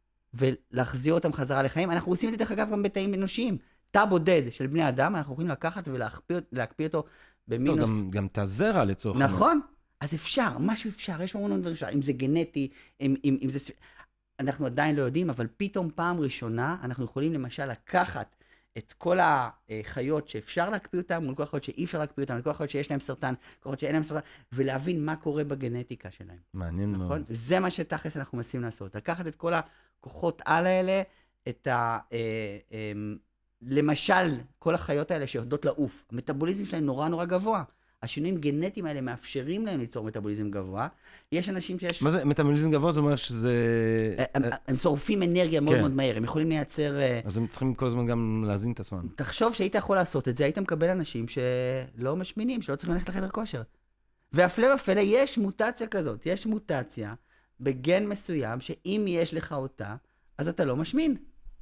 C: ולהחזיר אותם חזרה לחיים. אנחנו עושים את זה דרך אגב גם בתאים אנושיים. תא בודד של בני אדם, אנחנו יכולים לקחת ולהקפיא אותו במינוס.
A: טוב, גם, גם את הזרע לצורך.
C: נכון. אז אפשר, משהו אפשר, יש המון דברים אפשר. אם זה גנטי, אם, אם, אם זה... אנחנו עדיין לא יודעים, אבל פתאום פעם ראשונה, אנחנו יכולים למשל לקחת את כל החיות שאפשר להקפיא אותם, מול כל החיות שאי אפשר להקפיא אותם, מול כל החיות שיש להם סרטן, כל החיות שאין להם סרטן, ולהבין מה קורה בגנטיקה שלהם.
A: מעניין
C: נכון?
A: מאוד.
C: זה מה שתכלס אנחנו מנסים לעשות. לקחת את כל הכוחות על האלה, את ה... אה, אה, למשל, כל החיות האלה שיודעות לעוף, המטאבוליזם שלהם נורא נורא גבוה. השינויים גנטיים האלה מאפשרים להם ליצור מטאבוליזם גבוה. יש אנשים שיש...
A: מה זה מטאבוליזם גבוה? זה אומר שזה...
C: הם, הם שורפים אנרגיה מאוד
A: כן.
C: מאוד מהר, הם יכולים לייצר...
A: אז הם צריכים כל הזמן גם להזין את עצמם.
C: תחשוב שהיית יכול לעשות את זה, היית מקבל אנשים שלא משמינים, שלא צריכים ללכת לחדר כושר. והפלא ופלא, יש מוטציה כזאת, יש מוטציה בגן מסוים, שאם יש לך אותה, אז אתה לא משמין.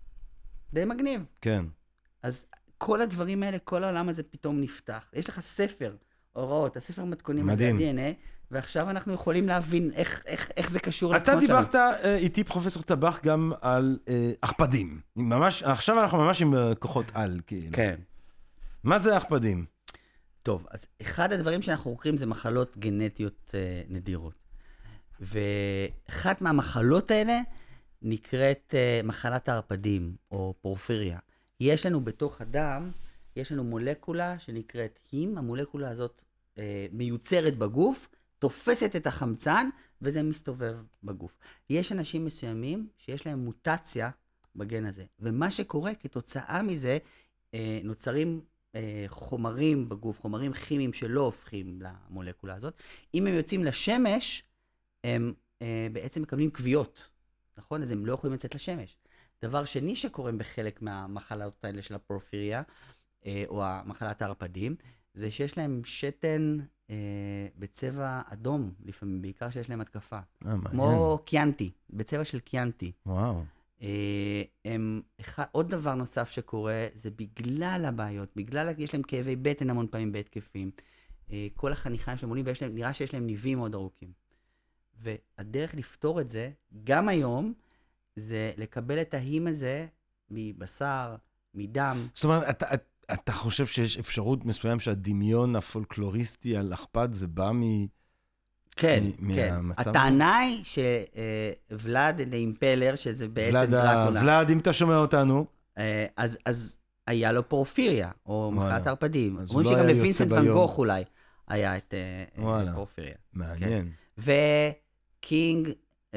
C: די מגניב.
A: כן.
C: אז כל הדברים האלה, כל העולם הזה פתאום נפתח. יש לך ספר הוראות, הספר מתכונים הזה, ה-די אן איי, ועכשיו אנחנו יכולים להבין איך, איך, איך זה קשור
A: אתה
C: לתחום שלנו.
A: דיברת אה, איתי, פרופסור טבח, גם על אה, עכפדים. ממש, עכשיו אנחנו ממש עם אה, כוחות על, כאילו.
C: כן.
A: מה זה עכפדים?
C: טוב, אז אחד הדברים שאנחנו חוקרים זה מחלות גנטיות אה, נדירות. ואחת מהמחלות האלה נקראת uh, מחלת הערפדים, או פורפיריה. יש לנו בתוך הדם, יש לנו מולקולה שנקראת הימ, המולקולה הזאת uh, מיוצרת בגוף, תופסת את החמצן, וזה מסתובב בגוף. יש אנשים מסוימים שיש להם מוטציה בגן הזה, ומה שקורה כתוצאה מזה, uh, נוצרים uh, חומרים בגוף, חומרים כימיים שלא הופכים למולקולה הזאת. אם הם יוצאים לשמש, הם uh, בעצם מקבלים קביעות. נכון? אז הם לא יכולים לצאת לשמש. דבר שני שקורה בחלק מהמחלות האלה של הפורפיריה, אה, או המחלת הערפדים, זה שיש להם שתן אה, בצבע אדום, לפעמים, בעיקר שיש להם התקפה.
A: אה,
C: כמו קיאנטי, בצבע של קיאנטי.
A: וואו.
C: אה, הם, אחד, עוד דבר נוסף שקורה, זה בגלל הבעיות, בגלל, יש להם כאבי בטן המון פעמים בהתקפים. אה, כל החניכיים שלהם עולים, ונראה שיש להם ניבים מאוד ארוכים. והדרך לפתור את זה, גם היום, זה לקבל את ההים הזה מבשר, מדם.
A: זאת אומרת, אתה, אתה חושב שיש אפשרות מסוים שהדמיון הפולקלוריסטי על אכפת זה בא מ...
C: כן,
A: מ-
C: כן.
A: מהמצב
C: הטענה היא שוולד לאימפלר, שזה בעצם
A: ולד,
C: דרקולה.
A: ולד, אם אתה שומע אותנו,
C: אה, אז, אז היה לו פורפיריה, או
A: וואלה.
C: מחלת ערפדים.
A: אז
C: אומרים
A: הוא לא
C: שגם
A: היה יוצא
C: לווינסנט
A: ביום.
C: ואן גוך אולי היה את אה,
A: וואלה.
C: פורפיריה.
A: מעניין.
C: וקינג, אה,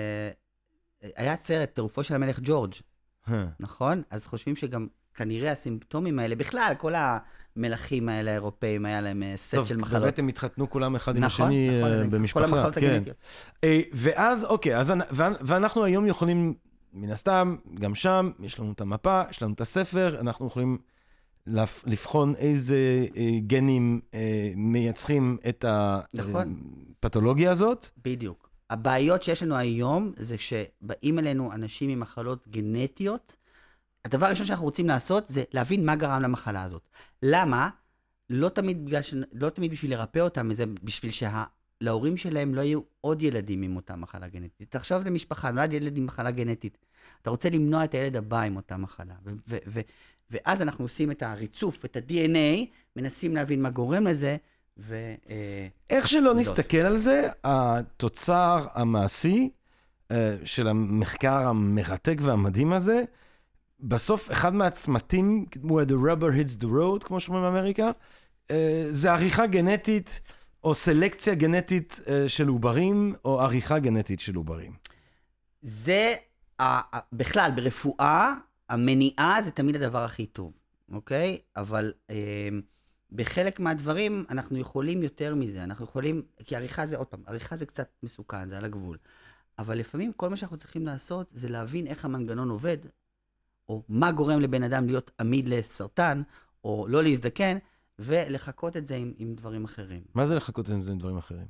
C: היה סרט, טירופו של המלך ג'ורג',
A: אה.
C: נכון? אז חושבים שגם כנראה הסימפטומים האלה, בכלל, כל המלכים האלה האירופאים, היה להם אה, סט
A: טוב,
C: של מחלות.
A: באמת הם התחתנו כולם אחד עם
C: נכון,
A: השני
C: נכון,
A: אה,
C: זה כל
A: במשפחה.
C: המחלות
A: כן.
C: הגנטיות.
A: אה, ואז, אוקיי, אז, אנ- ואנ- ואנחנו היום יכולים, מן הסתם, גם שם, יש לנו את המפה, יש לנו את הספר, אנחנו יכולים לפ- לבחון איזה אה, גנים אה, מייצרים את
C: נכון.
A: הפתולוגיה הזאת.
C: בדיוק. הבעיות שיש לנו היום, זה שבאים אלינו אנשים עם מחלות גנטיות, הדבר הראשון שאנחנו רוצים לעשות, זה להבין מה גרם למחלה הזאת. למה? לא תמיד, בגלל ש... לא תמיד בשביל לרפא אותם, זה בשביל שלהורים שלהם לא יהיו עוד ילדים עם אותה מחלה גנטית. תחשוב למשפחה, נולד ילד עם מחלה גנטית. אתה רוצה למנוע את הילד הבא עם אותה מחלה. ו- ו- ו- ואז אנחנו עושים את הריצוף, את ה-די אן איי, מנסים להבין מה גורם לזה, ו... אה,
A: איך שלא
C: זאת.
A: נסתכל על זה, התוצר המעשי אה, של המחקר המרתק והמדהים הזה, בסוף אחד מהצמתים, where the rubber hits the road, כמו שאומרים באמריקה, אה, זה עריכה גנטית, או סלקציה גנטית אה, של עוברים, או עריכה גנטית של עוברים.
C: זה, ה- ה- בכלל, ברפואה, המניעה זה תמיד הדבר הכי טוב, אוקיי? אבל אה, בחלק מהדברים אנחנו יכולים יותר מזה, אנחנו יכולים, כי עריכה זה, עוד פעם, עריכה זה קצת מסוכן, זה על הגבול. אבל לפעמים כל מה שאנחנו צריכים לעשות זה להבין איך המנגנון עובד, או מה גורם לבן אדם להיות עמיד לסרטן, או לא להזדקן, ולחכות את זה עם, עם דברים אחרים.
A: מה זה לחכות עם זה עם דברים אחרים?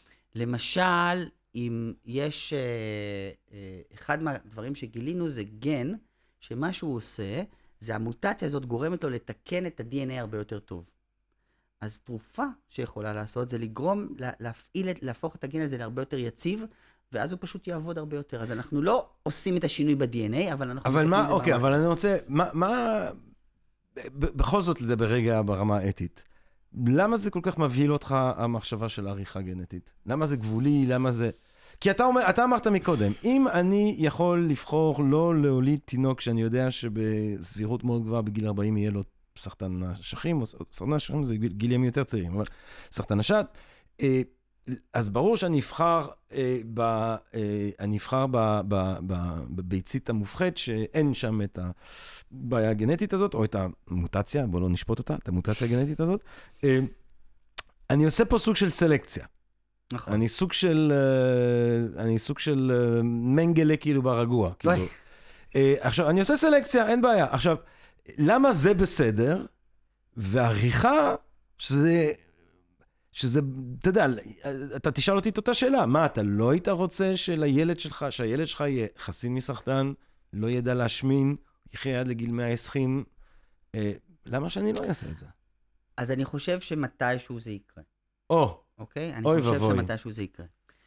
C: למשל, אם יש, אה, אה, אחד מהדברים שגילינו זה גן, שמה שהוא עושה, זה המוטציה הזאת גורמת לו לתקן את ה-די אן איי הרבה יותר טוב. אז תרופה שיכולה לעשות זה לגרום, לה, להפעיל, את- להפוך את הגן הזה להרבה יותר יציב, ואז הוא פשוט יעבוד הרבה יותר. אז אנחנו לא עושים את השינוי ב-די אן איי, אבל אנחנו...
A: אבל
C: מתקנים
A: מה,
C: את זה
A: אוקיי,
C: ברמה
A: אבל אני רוצה, מה, מה, ב- בכל זאת לדבר רגע ברמה האתית. למה זה כל כך מבהיל אותך המחשבה של עריכה גנטית? למה זה גבולי? למה זה... כי אתה אומר, אתה אמרת מקודם, אם אני יכול לבחור לא להוליד תינוק שאני יודע שבסבירות מאוד גבוהה בגיל ארבעים יהיה לו סרטן השחים, או סרטן השחים זה גיל- גילים יותר צעירים, אבל סרטן השד, אה, אז ברור שאני אבחר, אה, ב, אה, אני אבחר ב, ב, ב, בביצית המופחת, שאין שם את הבעיה הגנטית הזאת, או את המוטציה, בואו לא נשפוט אותה, את המוטציה הגנטית הזאת. אה, אני עושה פה סוג של סלקציה.
C: נכון.
A: אני סוג של, אה, אני סוג של אה, מנגלה כאילו ברגוע. כאילו.
C: אוי.
A: אה, עכשיו, אני עושה סלקציה, אין בעיה. עכשיו, למה זה בסדר? ועריכה, שזה... שזה, אתה יודע, אתה תשאל אותי את אותה שאלה, מה, אתה לא היית רוצה שלילד שלך, שהילד שלך יהיה חסין מסרטן, לא ידע להשמין, יחיה עד לגיל מאה ועשרים, אה, למה שאני לא אעשה את זה?
C: אז אני חושב שמתישהו זה יקרה,
A: או,
C: אוקיי? אני
A: אוי
C: חושב
A: ואבוי.
C: שמתישהו זה יקרה.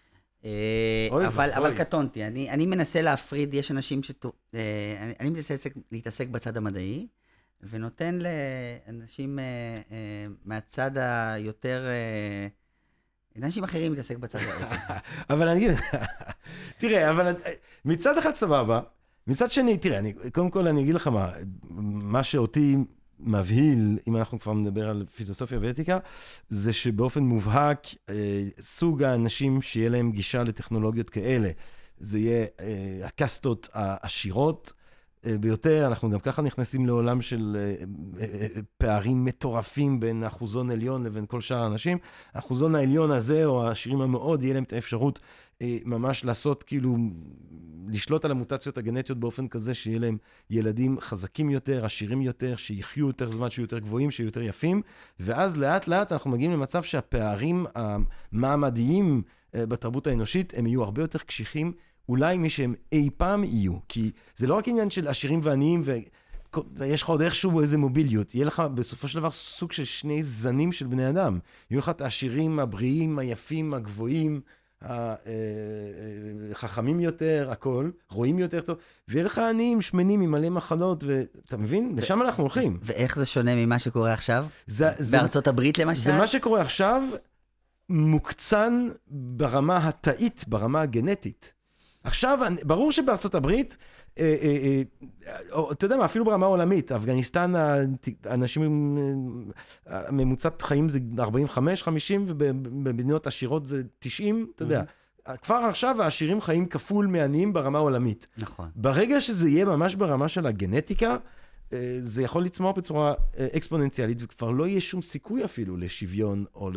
C: אה,
A: אוי
C: אבל,
A: ואבוי.
C: אבל קטונתי, אני, אני מנסה להפריד, יש אנשים ש... אני, אני מנסה להתעסק, להתעסק בצד המדעי, ונותן לאנשים אה, אה, מהצד היותר אה, אנשים אחרים מתעסק בצד הזה.
A: אבל אני אגיד, תראה, אבל מצד אחד סבבה, מצד שני, תראה, אני, קודם כל אני אגיד לך מה, מה שאותי מבהיל, אם אנחנו כבר מדבר על פילוסופיה ואתיקה, זה שבאופן מובהק, אה, סוג האנשים שיהיה להם גישה לטכנולוגיות כאלה, זה יהיה אה, הקסטות העשירות אה, ביותר, אנחנו גם ככה נכנסים לעולם של אה, אה, פערים מטורפים בין אחוזון עליון לבין כל שאר האנשים. האחוזון העליון הזה, או העשירים המאוד, יהיה להם את האפשרות אה, ממש לעשות כאילו, לשלוט על המוטציות הגנטיות באופן כזה שיהיה להם ילדים חזקים יותר, עשירים יותר, שיחיו יותר זמן, שיהיו יותר גבוהים, שיהיו יותר יפים, ואז לאט לאט אנחנו מגיעים למצב שהפערים המעמדיים בתרבות האנושית, הם יהיו הרבה יותר קשיחים, אולי מי שהם אי פעם יהיו, כי זה לא רק עניין של עשירים ועניים, ו... ויש לך עוד איכשהו איזה מוביליות, יהיה לך בסופו של דבר סוג של שני זנים של בני אדם, יהיו לך את העשירים, הבריאים, היפים, הגבוהים, החכמים יותר, הכל, רואים יותר טוב, ויהיה לך עניים, שמנים, עם מלא מחלות, ואתה מבין? לשם אנחנו הולכים.
C: ואיך זה שונה ממה שקורה עכשיו? בארצות הברית למשל?
A: זה מה שקורה עכשיו, מוקצן ברמה התאית, ברמה הגנטית. עכשיו, ברור שבארצות הברית, אה, אה, אה, אתה יודע מה, אפילו ברמה העולמית, אפגניסטן, האנשים, ממוצעת חיים זה ארבעים וחמש חמישים, ובמדינות עשירות זה תשעים, אתה יודע. כבר עכשיו העשירים חיים כפול מעניים ברמה העולמית.
C: נכון.
A: ברגע שזה יהיה ממש ברמה של הגנטיקה, זה יכול לצמוח בצורה אקספוננציאלית, וכבר לא יהיה שום סיכוי אפילו לשוויון או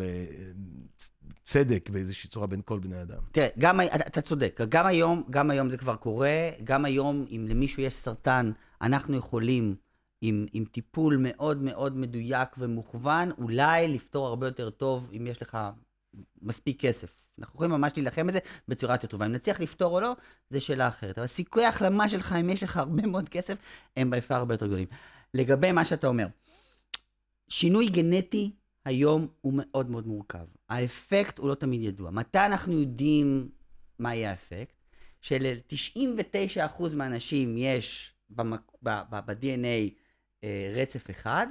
A: לצדק באיזושהי צורה בין כל בני אדם.
C: תראה, גם, אתה צודק, גם היום, גם היום זה כבר קורה, גם היום אם למישהו יש סרטן, אנחנו יכולים עם, עם טיפול מאוד מאוד מדויק ומוכוון, אולי לפתור הרבה יותר טוב אם יש לך מספיק כסף. אנחנו יכולים ממש להילחם בזה בצורה יותר טובה. אם נצליח לפתור או לא, זה שאלה אחרת. אבל סיכוי ההחלמה שלך, אם יש לך הרבה מאוד כסף, הם ביפה הרבה יותר גדולים. לגבי מה שאתה אומר, שינוי גנטי היום הוא מאוד מאוד מורכב. האפקט הוא לא תמיד ידוע. מתי אנחנו יודעים מה יהיה האפקט? של-תשעים ותשעה אחוז מהאנשים יש ב-די אן איי רצף אחד,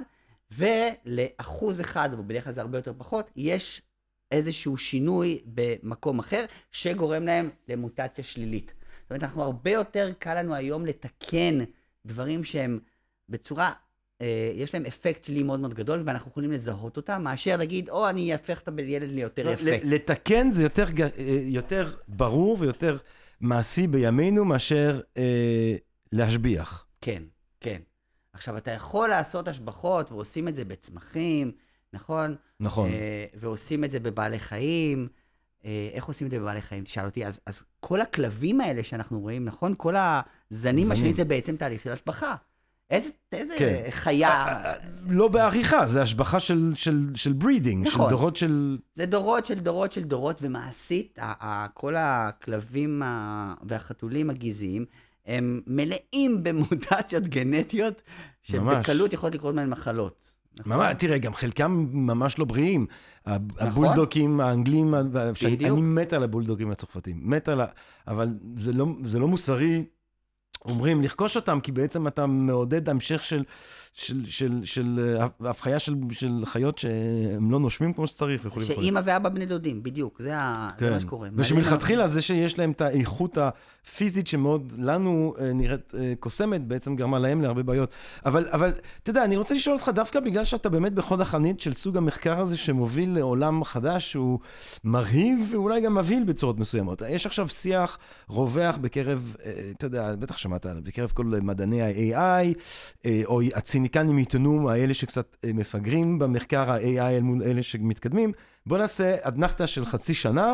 C: ולאחוז אחד, ובדרך כלל זה הרבה יותר פחות, יש איזשהו שינוי במקום אחר, שגורם להם למוטציה שלילית. זאת אומרת, אנחנו הרבה יותר קל לנו היום לתקן דברים שהם בצורה, אה, יש להם אפקט שלי מאוד מאוד גדול, ואנחנו יכולים לזהות אותם, מאשר להגיד, או, אני אפך את הילד ליותר יפה.
A: לתקן זה יותר, יותר ברור ויותר מעשי בימינו, מאשר אה, להשביח.
C: כן, כן. עכשיו, אתה יכול לעשות השבחות, ועושים את זה בצמחים, נכון?
A: נכון.
C: אה, ועושים את זה בבעלי חיים. אה, איך עושים את זה בבעלי חיים? תשאל אותי. אז, אז כל הכלבים האלה שאנחנו רואים, נכון? כל הזנים השני זה בעצם תהליך של השבחה. איזה, איזה
A: כן.
C: חיה...
A: לא בעריכה, זה השבחה של, של, של ברידינג,
C: נכון.
A: של דורות של...
C: זה דורות של דורות של דורות, ומעשית, כל הכלבים והחתולים הגזעיים, הם מלאים במוטציות גנטיות, שבקלות יכולות לקרות מהן מחלות.
A: ממש, תראה, גם חלקם ממש לא בריאים. הבולדוקים, האנגלים, אני מת על הבולדוקים הצרפתיים, מת על ה... אבל זה לא, זה לא מוסרי, אומרים, לרכוש אותם, כי בעצם אתה מעודד המשך של, של, של, של, הפחיה של, של חיות שהם לא נושמים כמו שצריך וכו'.
C: שאמא ואבא בני דודים, בדיוק, זה, ה...
A: כן.
C: זה מה שקורה.
A: ושמלכתחילה זה שיש להם את האיכות הפיזית שמאוד לנו נראית קוסמת, בעצם גרמה להם להרבה בעיות. אבל, אבל, אתה יודע, אני רוצה לשאול אותך דווקא בגלל שאתה באמת בחוד החנית של סוג המחקר הזה שמוביל לעולם חדש, שהוא מרהיב ואולי גם מבהיל בצורות מסוימות. יש עכשיו שיח רווח בקרב, אתה יודע, בטח שמעת עליו, בקרב כל מדעני ה-איי איי, או הציניקנים עיתונו, האלה שקצת מפגרים במחקר ה-איי איי אל מול אלה שמתקדמים. בוא נעשה אדנחתה של חצי שנה,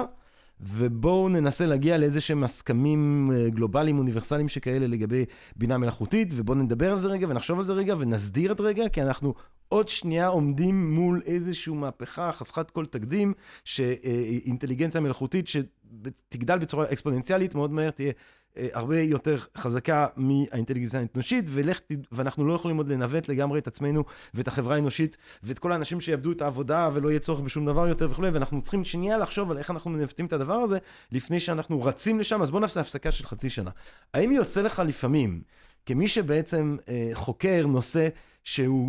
A: ובואו ננסה להגיע לאיזה שהם הסכמים גלובליים, אוניברסליים שכאלה לגבי בינה מלאכותית, ובואו נדבר על זה רגע ונחשוב על זה רגע ונסדיר את רגע, כי אנחנו עוד שנייה עומדים מול איזושהי מהפכה, חסכת כל תקדים, שאינטליגנציה מלאכותית שתגדל בצורה אקספוננציאלית, מאוד מהר תהיה הרבה יותר חזקה מהאינטליגנציה האנושית, ולך, ואנחנו לא יכולים עוד לנווט לגמרי את עצמנו ואת החברה האנושית, ואת כל האנשים שיאבדו את העבודה ולא יהיה צורך בשום דבר יותר וכו', ואנחנו צריכים שנייה לחשוב על איך אנחנו מנווטים את הדבר הזה, לפני שאנחנו רצים לשם. אז בואו נעשה הפסקה של חצי שנה. האם יוצא לך לפעמים, כמי שבעצם אה, חוקר נושא שהוא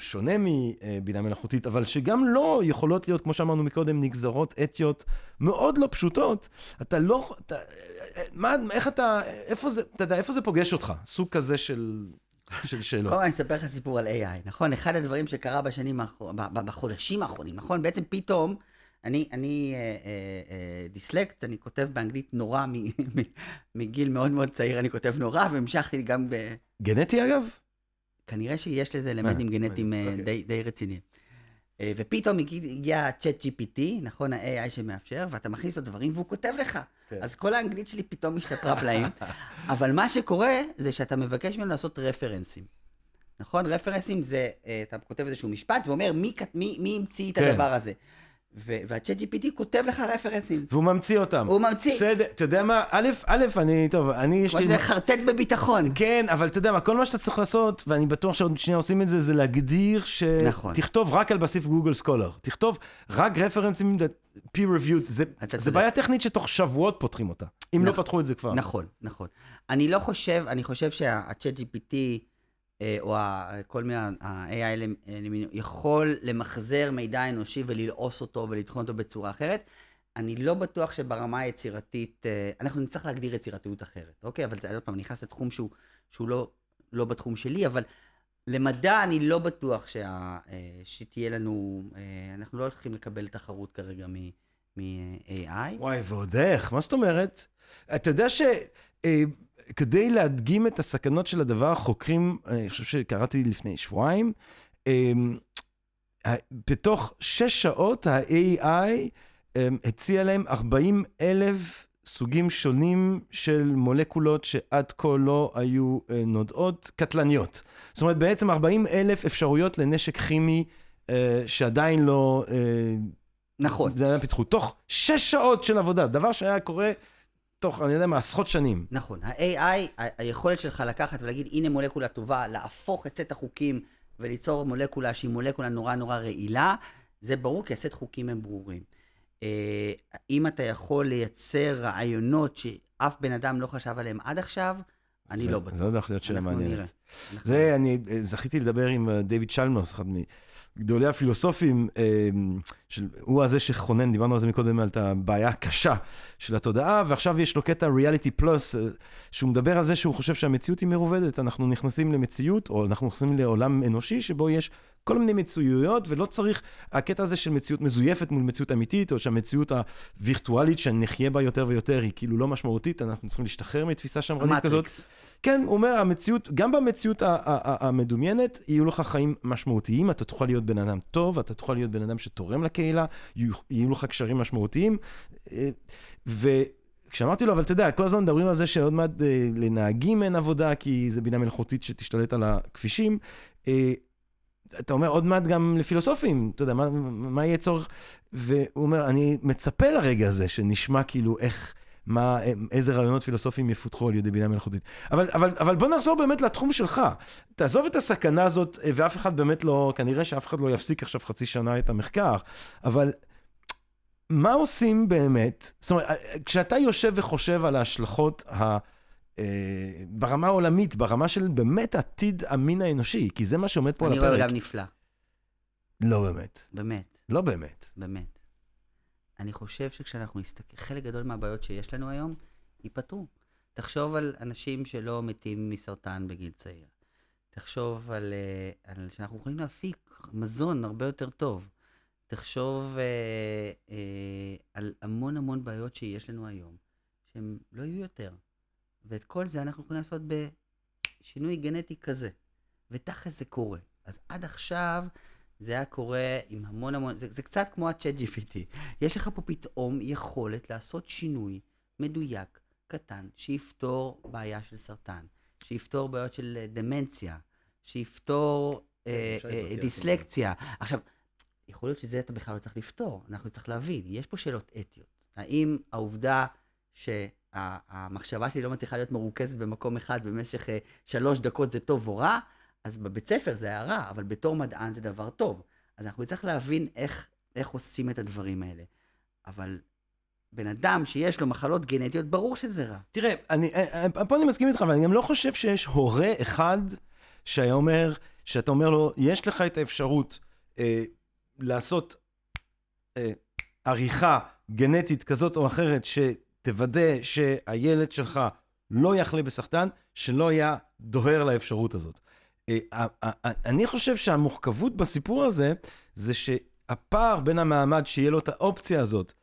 A: שונה מבינה מלאכותית, אבל שגם לא יכולות להיות, כמו שאמרנו מקודם, נגזרות אתיות מאוד לא פשוטות. אתה לא, אתה, מה, איך אתה, איפה זה, אתה יודע, איפה זה פוגש אותך? סוג כזה של, של שאלות.
C: קודם אני אספר לך סיפור על איי איי, נכון? אחד הדברים שקרה בשנים, בחודשים האחרונים, נכון? בעצם פתאום, אני, אני אה, אה, אה, דיסלקט, אני כותב באנגלית נורא, מ, מ, מגיל מאוד מאוד צעיר אני כותב נורא, והמשכתי גם ב...
A: גנטי אגב?
C: כנראה שיש לזה אלמנטים גנטיים
A: אוקיי.
C: די, די רציניים. ופתאום הגיע צ'אט ג'י פי טי, נכון, ה-איי איי שמאפשר, ואתה מכניס לו דברים והוא כותב לך.
A: כן.
C: אז כל האנגלית שלי פתאום משתפרה פלאים, אבל מה שקורה זה שאתה מבקש ממנו לעשות רפרנסים. נכון? רפרנסים זה, אתה כותב איזשהו משפט ואומר מי, מי, מי המציא את
A: כן.
C: הדבר הזה. וה-צ'אט ג'י פי טי כותב לך רפרנסים.
A: והוא ממציא אותם.
C: הוא ממציא.
A: בסדר, אתה יודע מה? א', א', אני, טוב, אני יש
C: כמו
A: לי...
C: שזה חרטט בביטחון.
A: כן, אבל אתה יודע מה, כל מה שאתה צריך לעשות, ואני בטוח שעוד שנייה עושים את זה, זה להגדיר ש...
C: נכון.
A: תכתוב רק על בסיס גוגל סקולר. תכתוב רק רפרנסים peer reviewed. זה, זה בעיה טכנית שתוך שבועות פותחים אותה. אם לא פתחו את זה כבר.
C: נכון, נכון. אני לא חושב, אני חושב שה-צ'אט ג'י פי טי, או כל מיני ה-איי איי יכול למחזר מידע אנושי וללעוס אותו ולתחון אותו בצורה אחרת. אני לא בטוח שברמה היצירתית, אנחנו נצטרך להגדיר יצירתיות אחרת, אוקיי? אבל זה עוד פעם, נכנס לתחום שהוא, שהוא לא, לא בתחום שלי, אבל למדע אני לא בטוח שה, שתהיה לנו, אנחנו לא הולכים לקבל תחרות כרגע מ-איי איי.
A: וואי, ועוד איך, מה זאת אומרת? אתה יודע ש... כדי להדגים את הסכנות של הדבר, חוקרים, אני חושב שקראתי לפני שבועיים, בתוך שש שעות ה-איי איי הציע להם ארבעים אלף סוגים שונים של מולקולות שעד כה לא היו נודעות קטלניות. זאת אומרת, בעצם ארבעים אלף אפשרויות לנשק כימי שעדיין לא...
C: נכון.
A: פיתחו. תוך שש שעות של עבודה, דבר שהיה קורה... תוך, אני יודע מה, עשרות שנים.
C: נכון. ה-איי איי, היכולת שלך לקחת ולהגיד, הנה מולקולה טובה, להפוך את סט החוקים וליצור מולקולה שהיא מולקולה נורא נורא רעילה, זה ברור, כי הסט חוקים הם ברורים. אם אתה יכול לייצר רעיונות שאף בן אדם לא חשב עליהם עד עכשיו, אני לא בטוח.
A: זה עוד החלטות שאלה מעניינת.
C: נראה.
A: זה, אני זכיתי לדבר עם דיוויד שלמוס, אחד מגדולי הפילוסופים, הוא הזה שכונן, דיברנו על זה מקודם, על הבעיה הקשה של התודעה, ועכשיו יש לו קטע ריאליטי פלוס, שהוא מדבר על זה שהוא חושב שהמציאות היא מרובדת, אנחנו נכנסים למציאות, או אנחנו נכנסים לעולם אנושי, שבו יש כל מיני מציאויות, ולא צריך הקטע הזה של מציאות מזויפת מול מציאות אמיתית, או שהמציאות הווירטואלית שנחיה בה יותר ויותר, היא כאילו לא משמעותית, אנחנו צריכים להשתחרר מתפיסה שמרנית כזאת. כן, הוא אומר, המציאות, גם במציאות המדומיינת, יהיו לך חיים משמעותיים, אתה תוכל להיות בן אדם טוב, אתה תוכל להיות בן אדם שתורם לקהילה, יהיו לך קשרים משמעותיים, וכשאמרתי לו, אבל אתה יודע, כל הזמן מדברים על זה שעוד מעט לנהגים אין עבודה, כי זה בינה מלאכותית שתשתלט על הכבישים, אתה אומר, עוד מעט גם לפילוסופים, אתה יודע, מה, מה יהיה צורך? והוא אומר, אני מצפה לרגע הזה, שנשמע כאילו איך, מה, איזה רעיונות פילוסופיים יפותחו על ידי בינה מלאכותית. אבל, אבל, אבל בוא נחזור באמת לתחום שלך. תעזוב את הסכנה הזאת, ואף אחד באמת לא, כנראה שאף אחד לא יפסיק עכשיו חצי שנה את המחקר, אבל מה עושים באמת? זאת אומרת, כשאתה יושב וחושב על ההשלכות ה... ברמה העולמית, ברמה של באמת עתיד המין האנושי, כי זה מה שעומד פה על הפרק.
C: אני רואה עולם נפלא.
A: לא באמת.
C: באמת.
A: לא באמת.
C: באמת. אני חושב שכשאנחנו נסתכל, חלק גדול מהבעיות שיש לנו היום, ייפתרו. תחשוב על אנשים שלא מתים מסרטן בגיל צעיר. תחשוב על, על שאנחנו יכולים להפיק מזון הרבה יותר טוב. תחשוב אה, אה, על המון המון בעיות שיש לנו היום, שהם לא יהיו יותר. ואת כל זה אנחנו יכולים לעשות בשינוי גנטי כזה. ותכף זה קורה. אז עד עכשיו זה היה קורה עם המון המון, זה, זה קצת כמו ה-צ'אט ג'י פי טי. יש לך פה פתאום יכולת לעשות שינוי מדויק, קטן, שיפתור בעיה של סרטן, שיפתור בעיות של דמנציה, שיפתור אה, אה, דיסלקציה. עכשיו, יכול להיות שזה אתה בכלל לא צריך לפתור. אנחנו צריך להבין, יש פה שאלות אתיות. האם העובדה ש... המחשבה שלי לא מצליחה להיות מרוכזת במקום אחד במשך שלוש דקות זה טוב או רע, אז בבית ספר זה היה רע, אבל בתור מדען זה דבר טוב. אז אנחנו צריך להבין איך, איך עושים את הדברים האלה. אבל בן אדם שיש לו מחלות גנטיות, ברור שזה רע.
A: תראה, אני, פה אני מסכים איתך, אבל אני גם לא חושב שיש הורה אחד שהיה אומר שאתה אומר לו, יש לך את האפשרות אה, לעשות אה, עריכה גנטית כזאת או אחרת, שתוודא שהילד שלך לא יחלה בסרטן, שלא היה דוהר לאפשרות הזאת. אה, אה, אה, אני חושב שהמורכבות בסיפור הזה, זה שהפער בין המעמד שיהיה לו את האופציה הזאת,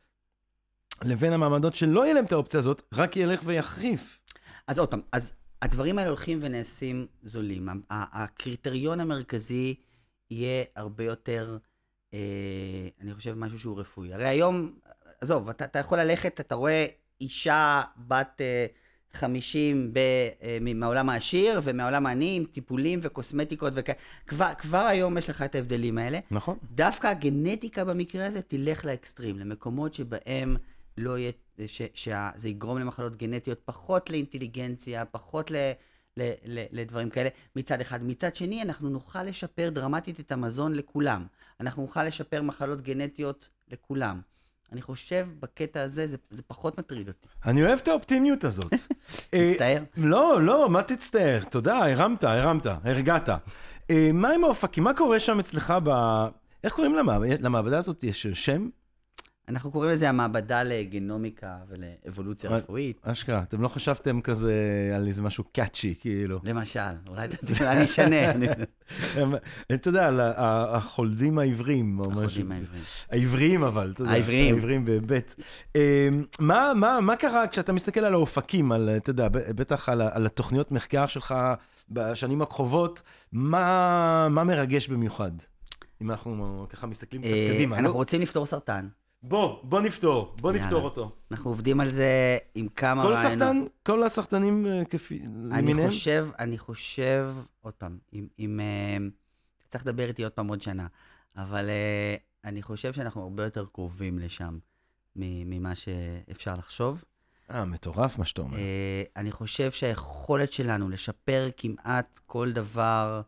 A: לבין המעמדות שלא יהיה להם את האופציה הזאת, רק ילך ויחריף.
C: אז עוד פעם, אז הדברים האלה הולכים ונעשים זולים. ה- ה- הקריטריון המרכזי יהיה הרבה יותר, אה, אני חושב, משהו שהוא רפואי. הרי היום, עזוב, אתה, אתה יכול ללכת, אתה רואה אישה בת אה, חמישים ב, אה, מהעולם העשיר ומהעולם העני, עם טיפולים וקוסמטיקות וכאלה. כבר, כבר היום יש לך את ההבדלים האלה.
A: נכון.
C: דווקא הגנטיקה במקרה הזה תלך לאקסטרים, למקומות שבהם לא יהיה, ש, שזה יגרום למחלות גנטיות, פחות לאינטליגנציה, פחות ל, ל, ל, לדברים כאלה, מצד אחד. מצד שני, אנחנו נוכל לשפר דרמטית את המזון לכולם. אנחנו נוכל לשפר מחלות גנטיות לכולם. אני חושב, בקטע הזה, זה, זה פחות מטריד אותי.
A: אני אוהב את האופטימיות הזאת.
C: מצטער?
A: לא, לא, מה תצטער? תודה, הרמת, הרמת, הרגעת. אה, מה עם האופקים? מה קורה שם אצלך ב... איך קוראים למעבדה? למעבדה הזאת יש שם?
C: אנחנו קוראים לזה המעבדה לגנומיקה ולאבולוציה
A: אבל-
C: רפואית.
A: אשכרה, אתם לא חשבתם כזה על איזה משהו קאצ'י, כאילו.
C: למשל, אולי אני אשנה. אני-
A: הם- אתה יודע, על ה- ה- החולדים העבריים, או משהו.
C: החולים העבריים.
A: העבריים אבל, אתה יודע.
C: העבריים.
A: העבריים בבית. אה, מה, מה, מה קרה כשאתה מסתכל על האופקים, על, אתה יודע, בטח על, ה- על התוכניות מחקר שלך בשנים הקרובות, מה, מה מרגש במיוחד? אם אנחנו ככה מסתכלים קצת
C: אה,
A: קדימה.
C: אנחנו
A: לא?
C: רוצים לפתור סרטן.
A: בוא, בוא נפתור, בוא
C: יאללה.
A: נפתור אותו.
C: אנחנו עובדים על זה עם כמה
A: כל
C: רעיונות.
A: סרטן, כל הסרטנים אה, כפי,
C: אני
A: למיניהם?
C: חושב, אני חושב, עוד פעם, אם, אם אה, צריך לדבר איתי עוד פעם עוד שנה, אבל אה, אני חושב שאנחנו הרבה יותר קרובים לשם מ- ממה שאפשר לחשוב.
A: אה, מטורף מה שאתה אומר.
C: אה, אני חושב שהיכולת שלנו לשפר כמעט כל דבר,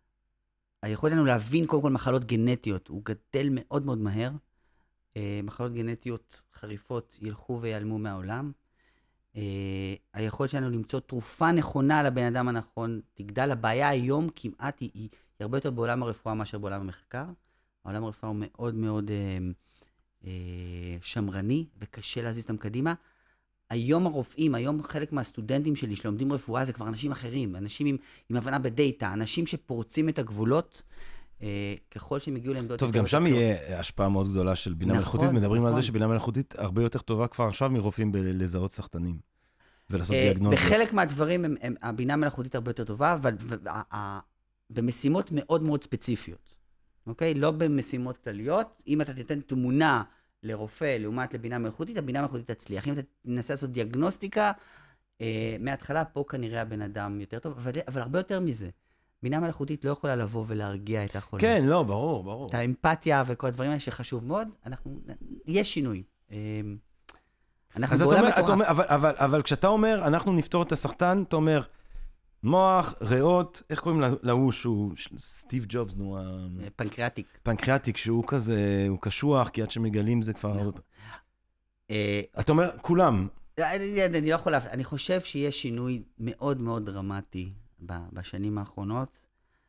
C: היכולת שלנו להבין קודם כל מחלות גנטיות, הוא גדל מאוד מאוד מהר. אה, מחלות גנטיות חריפות ילכו ויעלמו מהעולם. אה, היכולת שלנו למצוא תרופה נכונה לבן אדם הנכון תגדל. הבעיה היום כמעט היא, היא, היא הרבה יותר בעולם הרפואה מאשר בעולם המחקר. העולם הרפואה הוא מאוד מאוד אה, אה, שמרני וקשה להזיז אותם קדימה. היום הרופאים, היום חלק מהסטודנטים שלי שלומדים רפואה זה כבר אנשים אחרים, אנשים עם, עם הבנה בדאטה, אנשים שפורצים את הגבולות, אה, ככל שהם הגיעו לעמדות...
A: טוב,
C: יותר
A: גם שם
C: טובות.
A: יהיה השפעה מאוד גדולה של בינה
C: נכון,
A: מלאכותית. מדברים על
C: נכון.
A: זה שבינה מלאכותית הרבה יותר טובה כבר עכשיו מרופאים בלזהות סרטנים. ולעשות
C: אה,
A: דיאגנוזות.
C: בחלק מהדברים הם, הם, הבינה המלאכותית הרבה יותר טובה, אבל וה- ה- במשימות מאוד מאוד ספציפיות, אוקיי? לא במשימות כלליות. אם אתה תיתן תמונה לרופא לעומת לבינה מלאכותית, הבינה המלאכותית תצליח. אם אתה תנסה לעשות דיאגנוסטיקה, אה, מההתחלה פה כנראה הבן אדם יותר טוב, אבל, אבל הרבה יותר מזה. בינה מלאכותית לא יכולה לבוא ולהרגיע את החולה.
A: כן, לא, ברור, ברור.
C: את האמפתיה וכל הדברים האלה שחשוב מאוד, אנחנו, יש שינוי. אה, אנחנו
A: אז אתה
C: בעולם
A: אומר, אתה
C: מטורף.
A: אומר, אבל, אבל, אבל כשאתה אומר, אנחנו נפתור את הסרטן, אתה אומר, מוח, ריאות, איך קוראים לה- להוא שהוא, ש- סטיב ג'ובס, נו,
C: אה, פנקריאטיק.
A: הפנקריאטיק, שהוא כזה, הוא קשוח, כי עד שמגלים זה כבר...
C: נכון. אה,
A: אתה אומר, כולם.
C: אני, אני לא יכול להפ... אני חושב שיש שינוי מאוד מאוד דרמטי ב- בשנים האחרונות,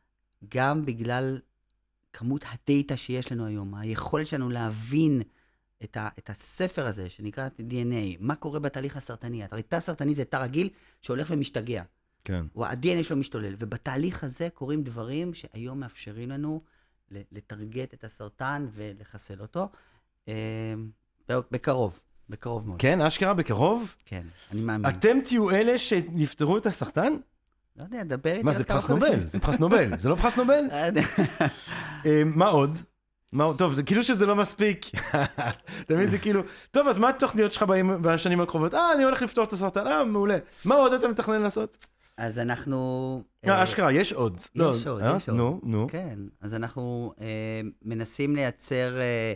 C: גם בגלל כמות הדאטה שיש לנו היום, היכולת שלנו להבין את, ה, את הספר הזה, שנקרא די אן איי, מה קורה בתהליך הסרטני. הרי תא סרטני זה תא רגיל שהולך ומשתגע.
A: כן.
C: ה-די אן איי שלו משתולל, ובתהליך הזה קורים דברים שהיום מאפשרים לנו ל- לטרגט את הסרטן ולחסל אותו. אה, בקרוב, בקרוב מאוד.
A: כן, אשכרה בקרוב?
C: כן, אני מאמין.
A: אתם תהיו אלה שיפתרו את הסרטן?
C: לא יודע, דבר איתי
A: מה,
C: עוד
A: זה
C: כמה
A: פרס
C: חודשים.
A: נובל, זה פרס נובל, זה לא פרס נובל?
C: לא יודע.
A: אה, מה עוד? מה עוד? טוב, זה כאילו שזה לא מספיק. תמיד זה כאילו, טוב, אז מה התוכניות שלך באים- בשנים הקרובות? אה, אני הולך לפתור את הסרטן, אה, מעולה. מה עוד אתה מתכנן לעשות?
C: אז אנחנו...
A: אה,
C: אה,
A: אשכרה, יש עוד. לא,
C: יש עוד,
A: אה?
C: יש עוד.
A: נו, נו.
C: כן, אז אנחנו אה, מנסים לייצר, אה,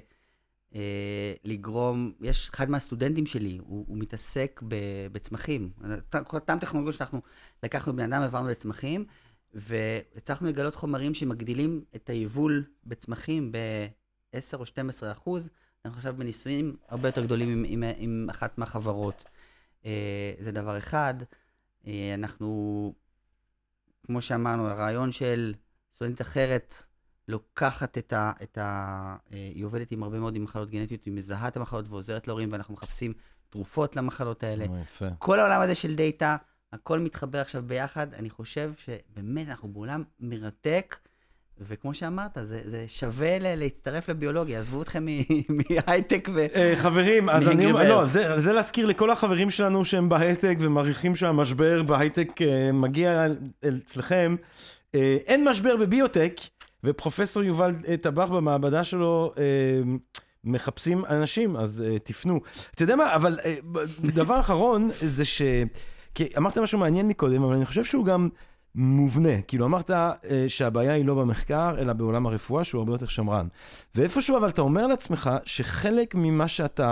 C: אה, לגרום, יש אחד מהסטודנטים שלי, הוא, הוא מתעסק ב, בצמחים. אותם טכנולוגיות שאנחנו לקחנו בן אדם, העברנו לצמחים, והצלחנו לגלות חומרים שמגדילים את היבול בצמחים ב-עשרה או שנים עשר אחוז. אנחנו עכשיו בניסויים הרבה יותר גדולים עם, עם, עם אחת מהחברות. אה, זה דבר אחד. אה, אנחנו, כמו שאמרנו, הרעיון של סטודנטית אחרת לוקחת את ה... את ה היא עובדת עם הרבה מאוד עם מחלות גנטיות, היא מזהה את המחלות ועוזרת להורים, ואנחנו מחפשים תרופות למחלות האלה.
A: יפה.
C: כל העולם הזה של דאטה, הכל מתחבר עכשיו ביחד. אני חושב שבאמת אנחנו בעולם מרתק, וכמו שאמרת, זה, זה שווה ל- להצטרף לביולוגיה. עזבו אתכם מהייטק ו...
A: חברים, אז אני אומר, לא, זה, זה להזכיר לכל החברים שלנו שהם בהייטק ומעריכים שהמשבר בהייטק מגיע אצלכם. אין משבר בביוטק, ופרופסור יובל טבח במעבדה שלו מחפשים אנשים, אז תפנו. אתה יודע מה, אבל דבר אחרון זה ש... כי אמרת משהו מעניין מקודם, אבל אני חושב שהוא גם מובנה. כאילו אמרת שהבעיה היא לא במחקר, אלא בעולם הרפואה, שהוא הרבה יותר שמרן. ואיפשהו, אבל אתה אומר לעצמך שחלק ממה שאתה...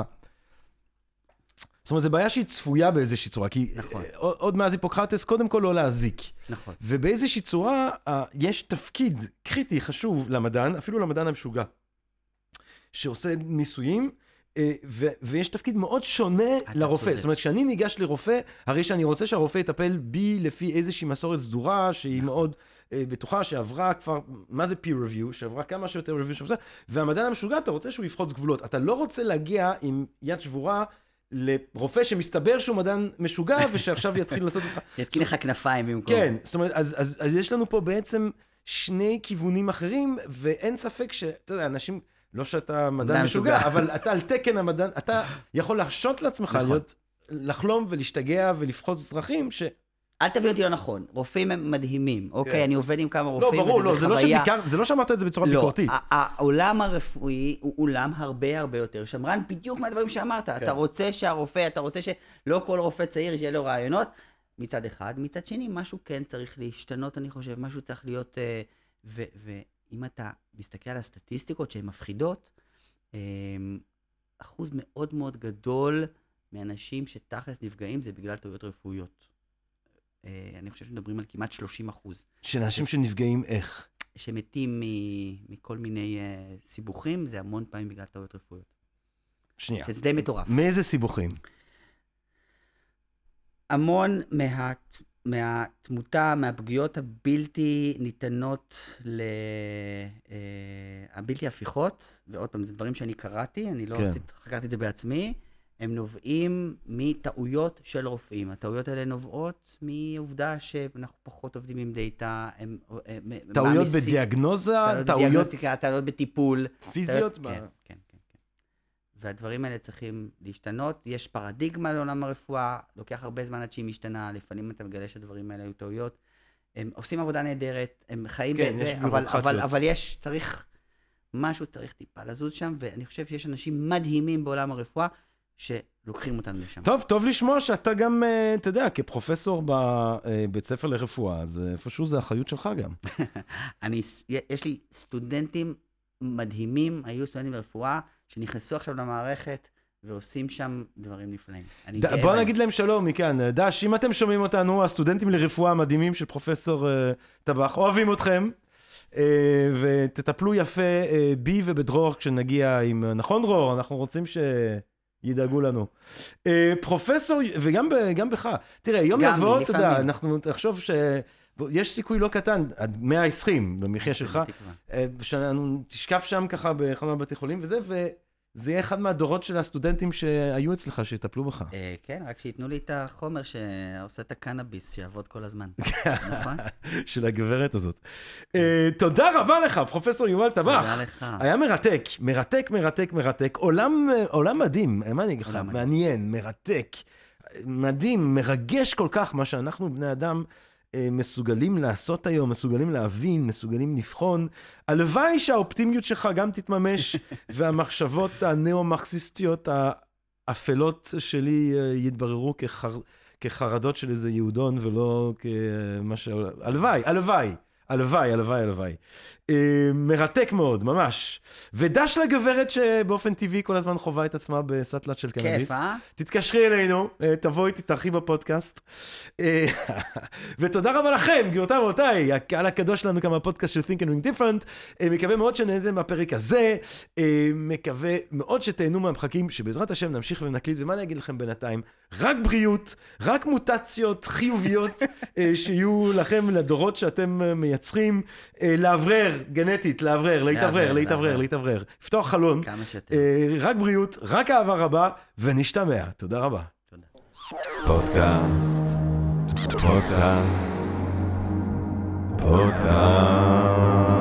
A: זאת אומרת, זו בעיה שהיא צפויה באיזושהי צורה, כי נכון. עוד מאז היפוקרטס, קודם כל לא להזיק. נכון. ובאיזושהי צורה, יש תפקיד קריטי חשוב למדען, אפילו למדען המשוגע, שעושה ניסויים, ו- ויש תפקיד מאוד שונה לרופא. צודק. זאת אומרת, כשאני ניגש לרופא, הרי שאני רוצה שהרופא יטפל בי לפי איזושהי מסורת סדורה, שהיא נכון. מאוד uh, בטוחה, שעברה כבר, מה זה peer review, שעברה כמה שיותר review שעושה, והמדען המשוגע, אתה רוצה שהוא יפחוץ גבולות. אתה לא רוצה להגיע עם יד שבורה, לרופא שמסתבר שהוא מדען משוגע, ושעכשיו יתחיל לעשות אותך...
C: יתקין לך כנפיים במקום.
A: כן, זאת אומרת, אז, אז, אז יש לנו פה בעצם שני כיוונים אחרים, ואין ספק שאתה יודע, אנשים, לא שאתה מדען משוגע, אבל אתה על תקן המדען, אתה יכול להרשות לעצמך להיות, לחלום ולהשתגע ולפחוץ דרכים, ש...
C: אל תבין אותי לא נכון, רופאים הם מדהימים, אוקיי, אני עובד עם כמה רופאים,
A: לא, ברור, לא, זה לא שאמרת את זה בצורה ביקורתית.
C: לא, העולם הרפואי הוא עולם הרבה הרבה יותר שמרן, בדיוק מהדברים שאמרת, אתה רוצה שהרופא, אתה רוצה שלא כל רופא צעיר יהיה לו רעיונות, מצד אחד, מצד שני, משהו כן צריך להשתנות, אני חושב, משהו צריך להיות, ואם אתה מסתכל על הסטטיסטיקות שהן מפחידות, אחוז מאוד מאוד גדול מאנשים שתכלס נפגעים זה בגלל טעויות רפואיות. אני חושב שמדברים על כמעט שלושים אחוז.
A: של אנשים שנפגעים איך?
C: שמתים מכל מיני סיבוכים, זה המון פעמים בגלל טעויות רפואיות.
A: שנייה.
C: שזה די מטורף.
A: מאיזה סיבוכים?
C: המון מה, מהתמותה, מהפגיעות הבלתי ניתנות, ל... הבלתי הפיכות, ועוד פעם, זה דברים שאני קראתי, אני לא כן. חקרתי את זה בעצמי, הם נובעים מטעויות של רופאים. הטעויות האלה נובעות מעובדה שאנחנו פחות עובדים עם דאטה. הם,
A: טעויות מעמיסים, בדיאגנוזה?
C: טעויות בדיאגנוסטיקה, טעויות בטיפול.
A: פיזיות?
C: טעויות, כן, כן, כן, כן. והדברים האלה צריכים להשתנות. יש פרדיגמה לעולם הרפואה, לוקח הרבה זמן עד שהיא משתנה, לפעמים אתה מגלה שהדברים האלה היו טעויות. הם עושים עבודה נהדרת, הם חיים
A: כן,
C: בזה, אבל, אבל, אבל יש, צריך, משהו צריך טיפה לזוז שם, ואני חושב שיש אנשים מדהימים בעולם הרפואה, שלוקחים אותנו לשם.
A: טוב, טוב לשמוע שאתה גם, אתה יודע, כפרופסור בבית ספר לרפואה, אז איפשהו זה האחריות שלך גם.
C: אני, יש לי סטודנטים מדהימים, היו סטודנטים לרפואה, שנכנסו עכשיו למערכת, ועושים שם דברים נפלאים.
A: בוא נגיד להם שלום מכאן. דש, אם אתם שומעים אותנו, הסטודנטים לרפואה המדהימים של פרופסור טבח, אוהבים אתכם, ותטפלו יפה בי ובדרור כשנגיע עם, נכון דרור? אנחנו רוצים ש... ידאגו לנו. פרופסור, וגם גם בך, תראה, יום יבוא, אתה יודע, אנחנו תחשוב שיש סיכוי לא קטן, עד מאה ועשרים במחיה שלך, שאנחנו תשקף שם ככה באחד מהבתי חולים וזה, וזה יהיה אחד מהדורות של הסטודנטים שהיו אצלך, שיטפלו בך.
C: כן, רק שיתנו לי את החומר שעושה את הקנאביס, שיעבוד כל הזמן. נכון?
A: של הגברת הזאת. תודה רבה לך, פרופסור יובל טבח.
C: תודה לך.
A: היה מרתק, מרתק, מרתק, מרתק. עולם מדהים, מה אני אגיד לך? מעניין, מרתק, מדהים, מרגש כל כך, מה שאנחנו בני אדם מסוגלים לעשות היום, מסוגלים להבין, מסוגלים לבחון. הלוואי שהאופטימיות שלך גם תתממש, והמחשבות הנאו-מרקסיסטיות האפלות שלי יתבררו כחר... כחרדות של איזה יהודון, ולא כמה ש... הלוואי, הלוואי, הלוואי, הלוואי, הלוואי. מרתק מאוד, ממש. ודש לגברת שבאופן טבעי כל הזמן חובה את עצמה בסטלת של קנאביס.
C: כיף, אה?
A: תתקשרי אלינו, תבואי, תתארחי בפודקאסט. ותודה רבה לכם, גבירותיי ורבותיי, הקהל הקדוש שלנו כאן בפודקאסט של Think and Ring Different. מקווה מאוד שנהנתם מהפרק הזה. מקווה מאוד שתהנו מהמחקים, שבעזרת השם נמשיך ונקליט. ומה אני אגיד לכם בינתיים? רק בריאות, רק מוטציות חיוביות שיהיו לכם לדורות שאתם מייצרים. מייצרים, אה, לאוורר, גנטית, לאוורר, להתאוורר, להתאוורר, להתאוורר. לפתוח חלון.
C: כמה שיותר.
A: אה, רק בריאות, רק אהבה רבה, ונשתמע. תודה רבה.
C: תודה.
A: פודקאסט, פודקאסט, פודקאסט.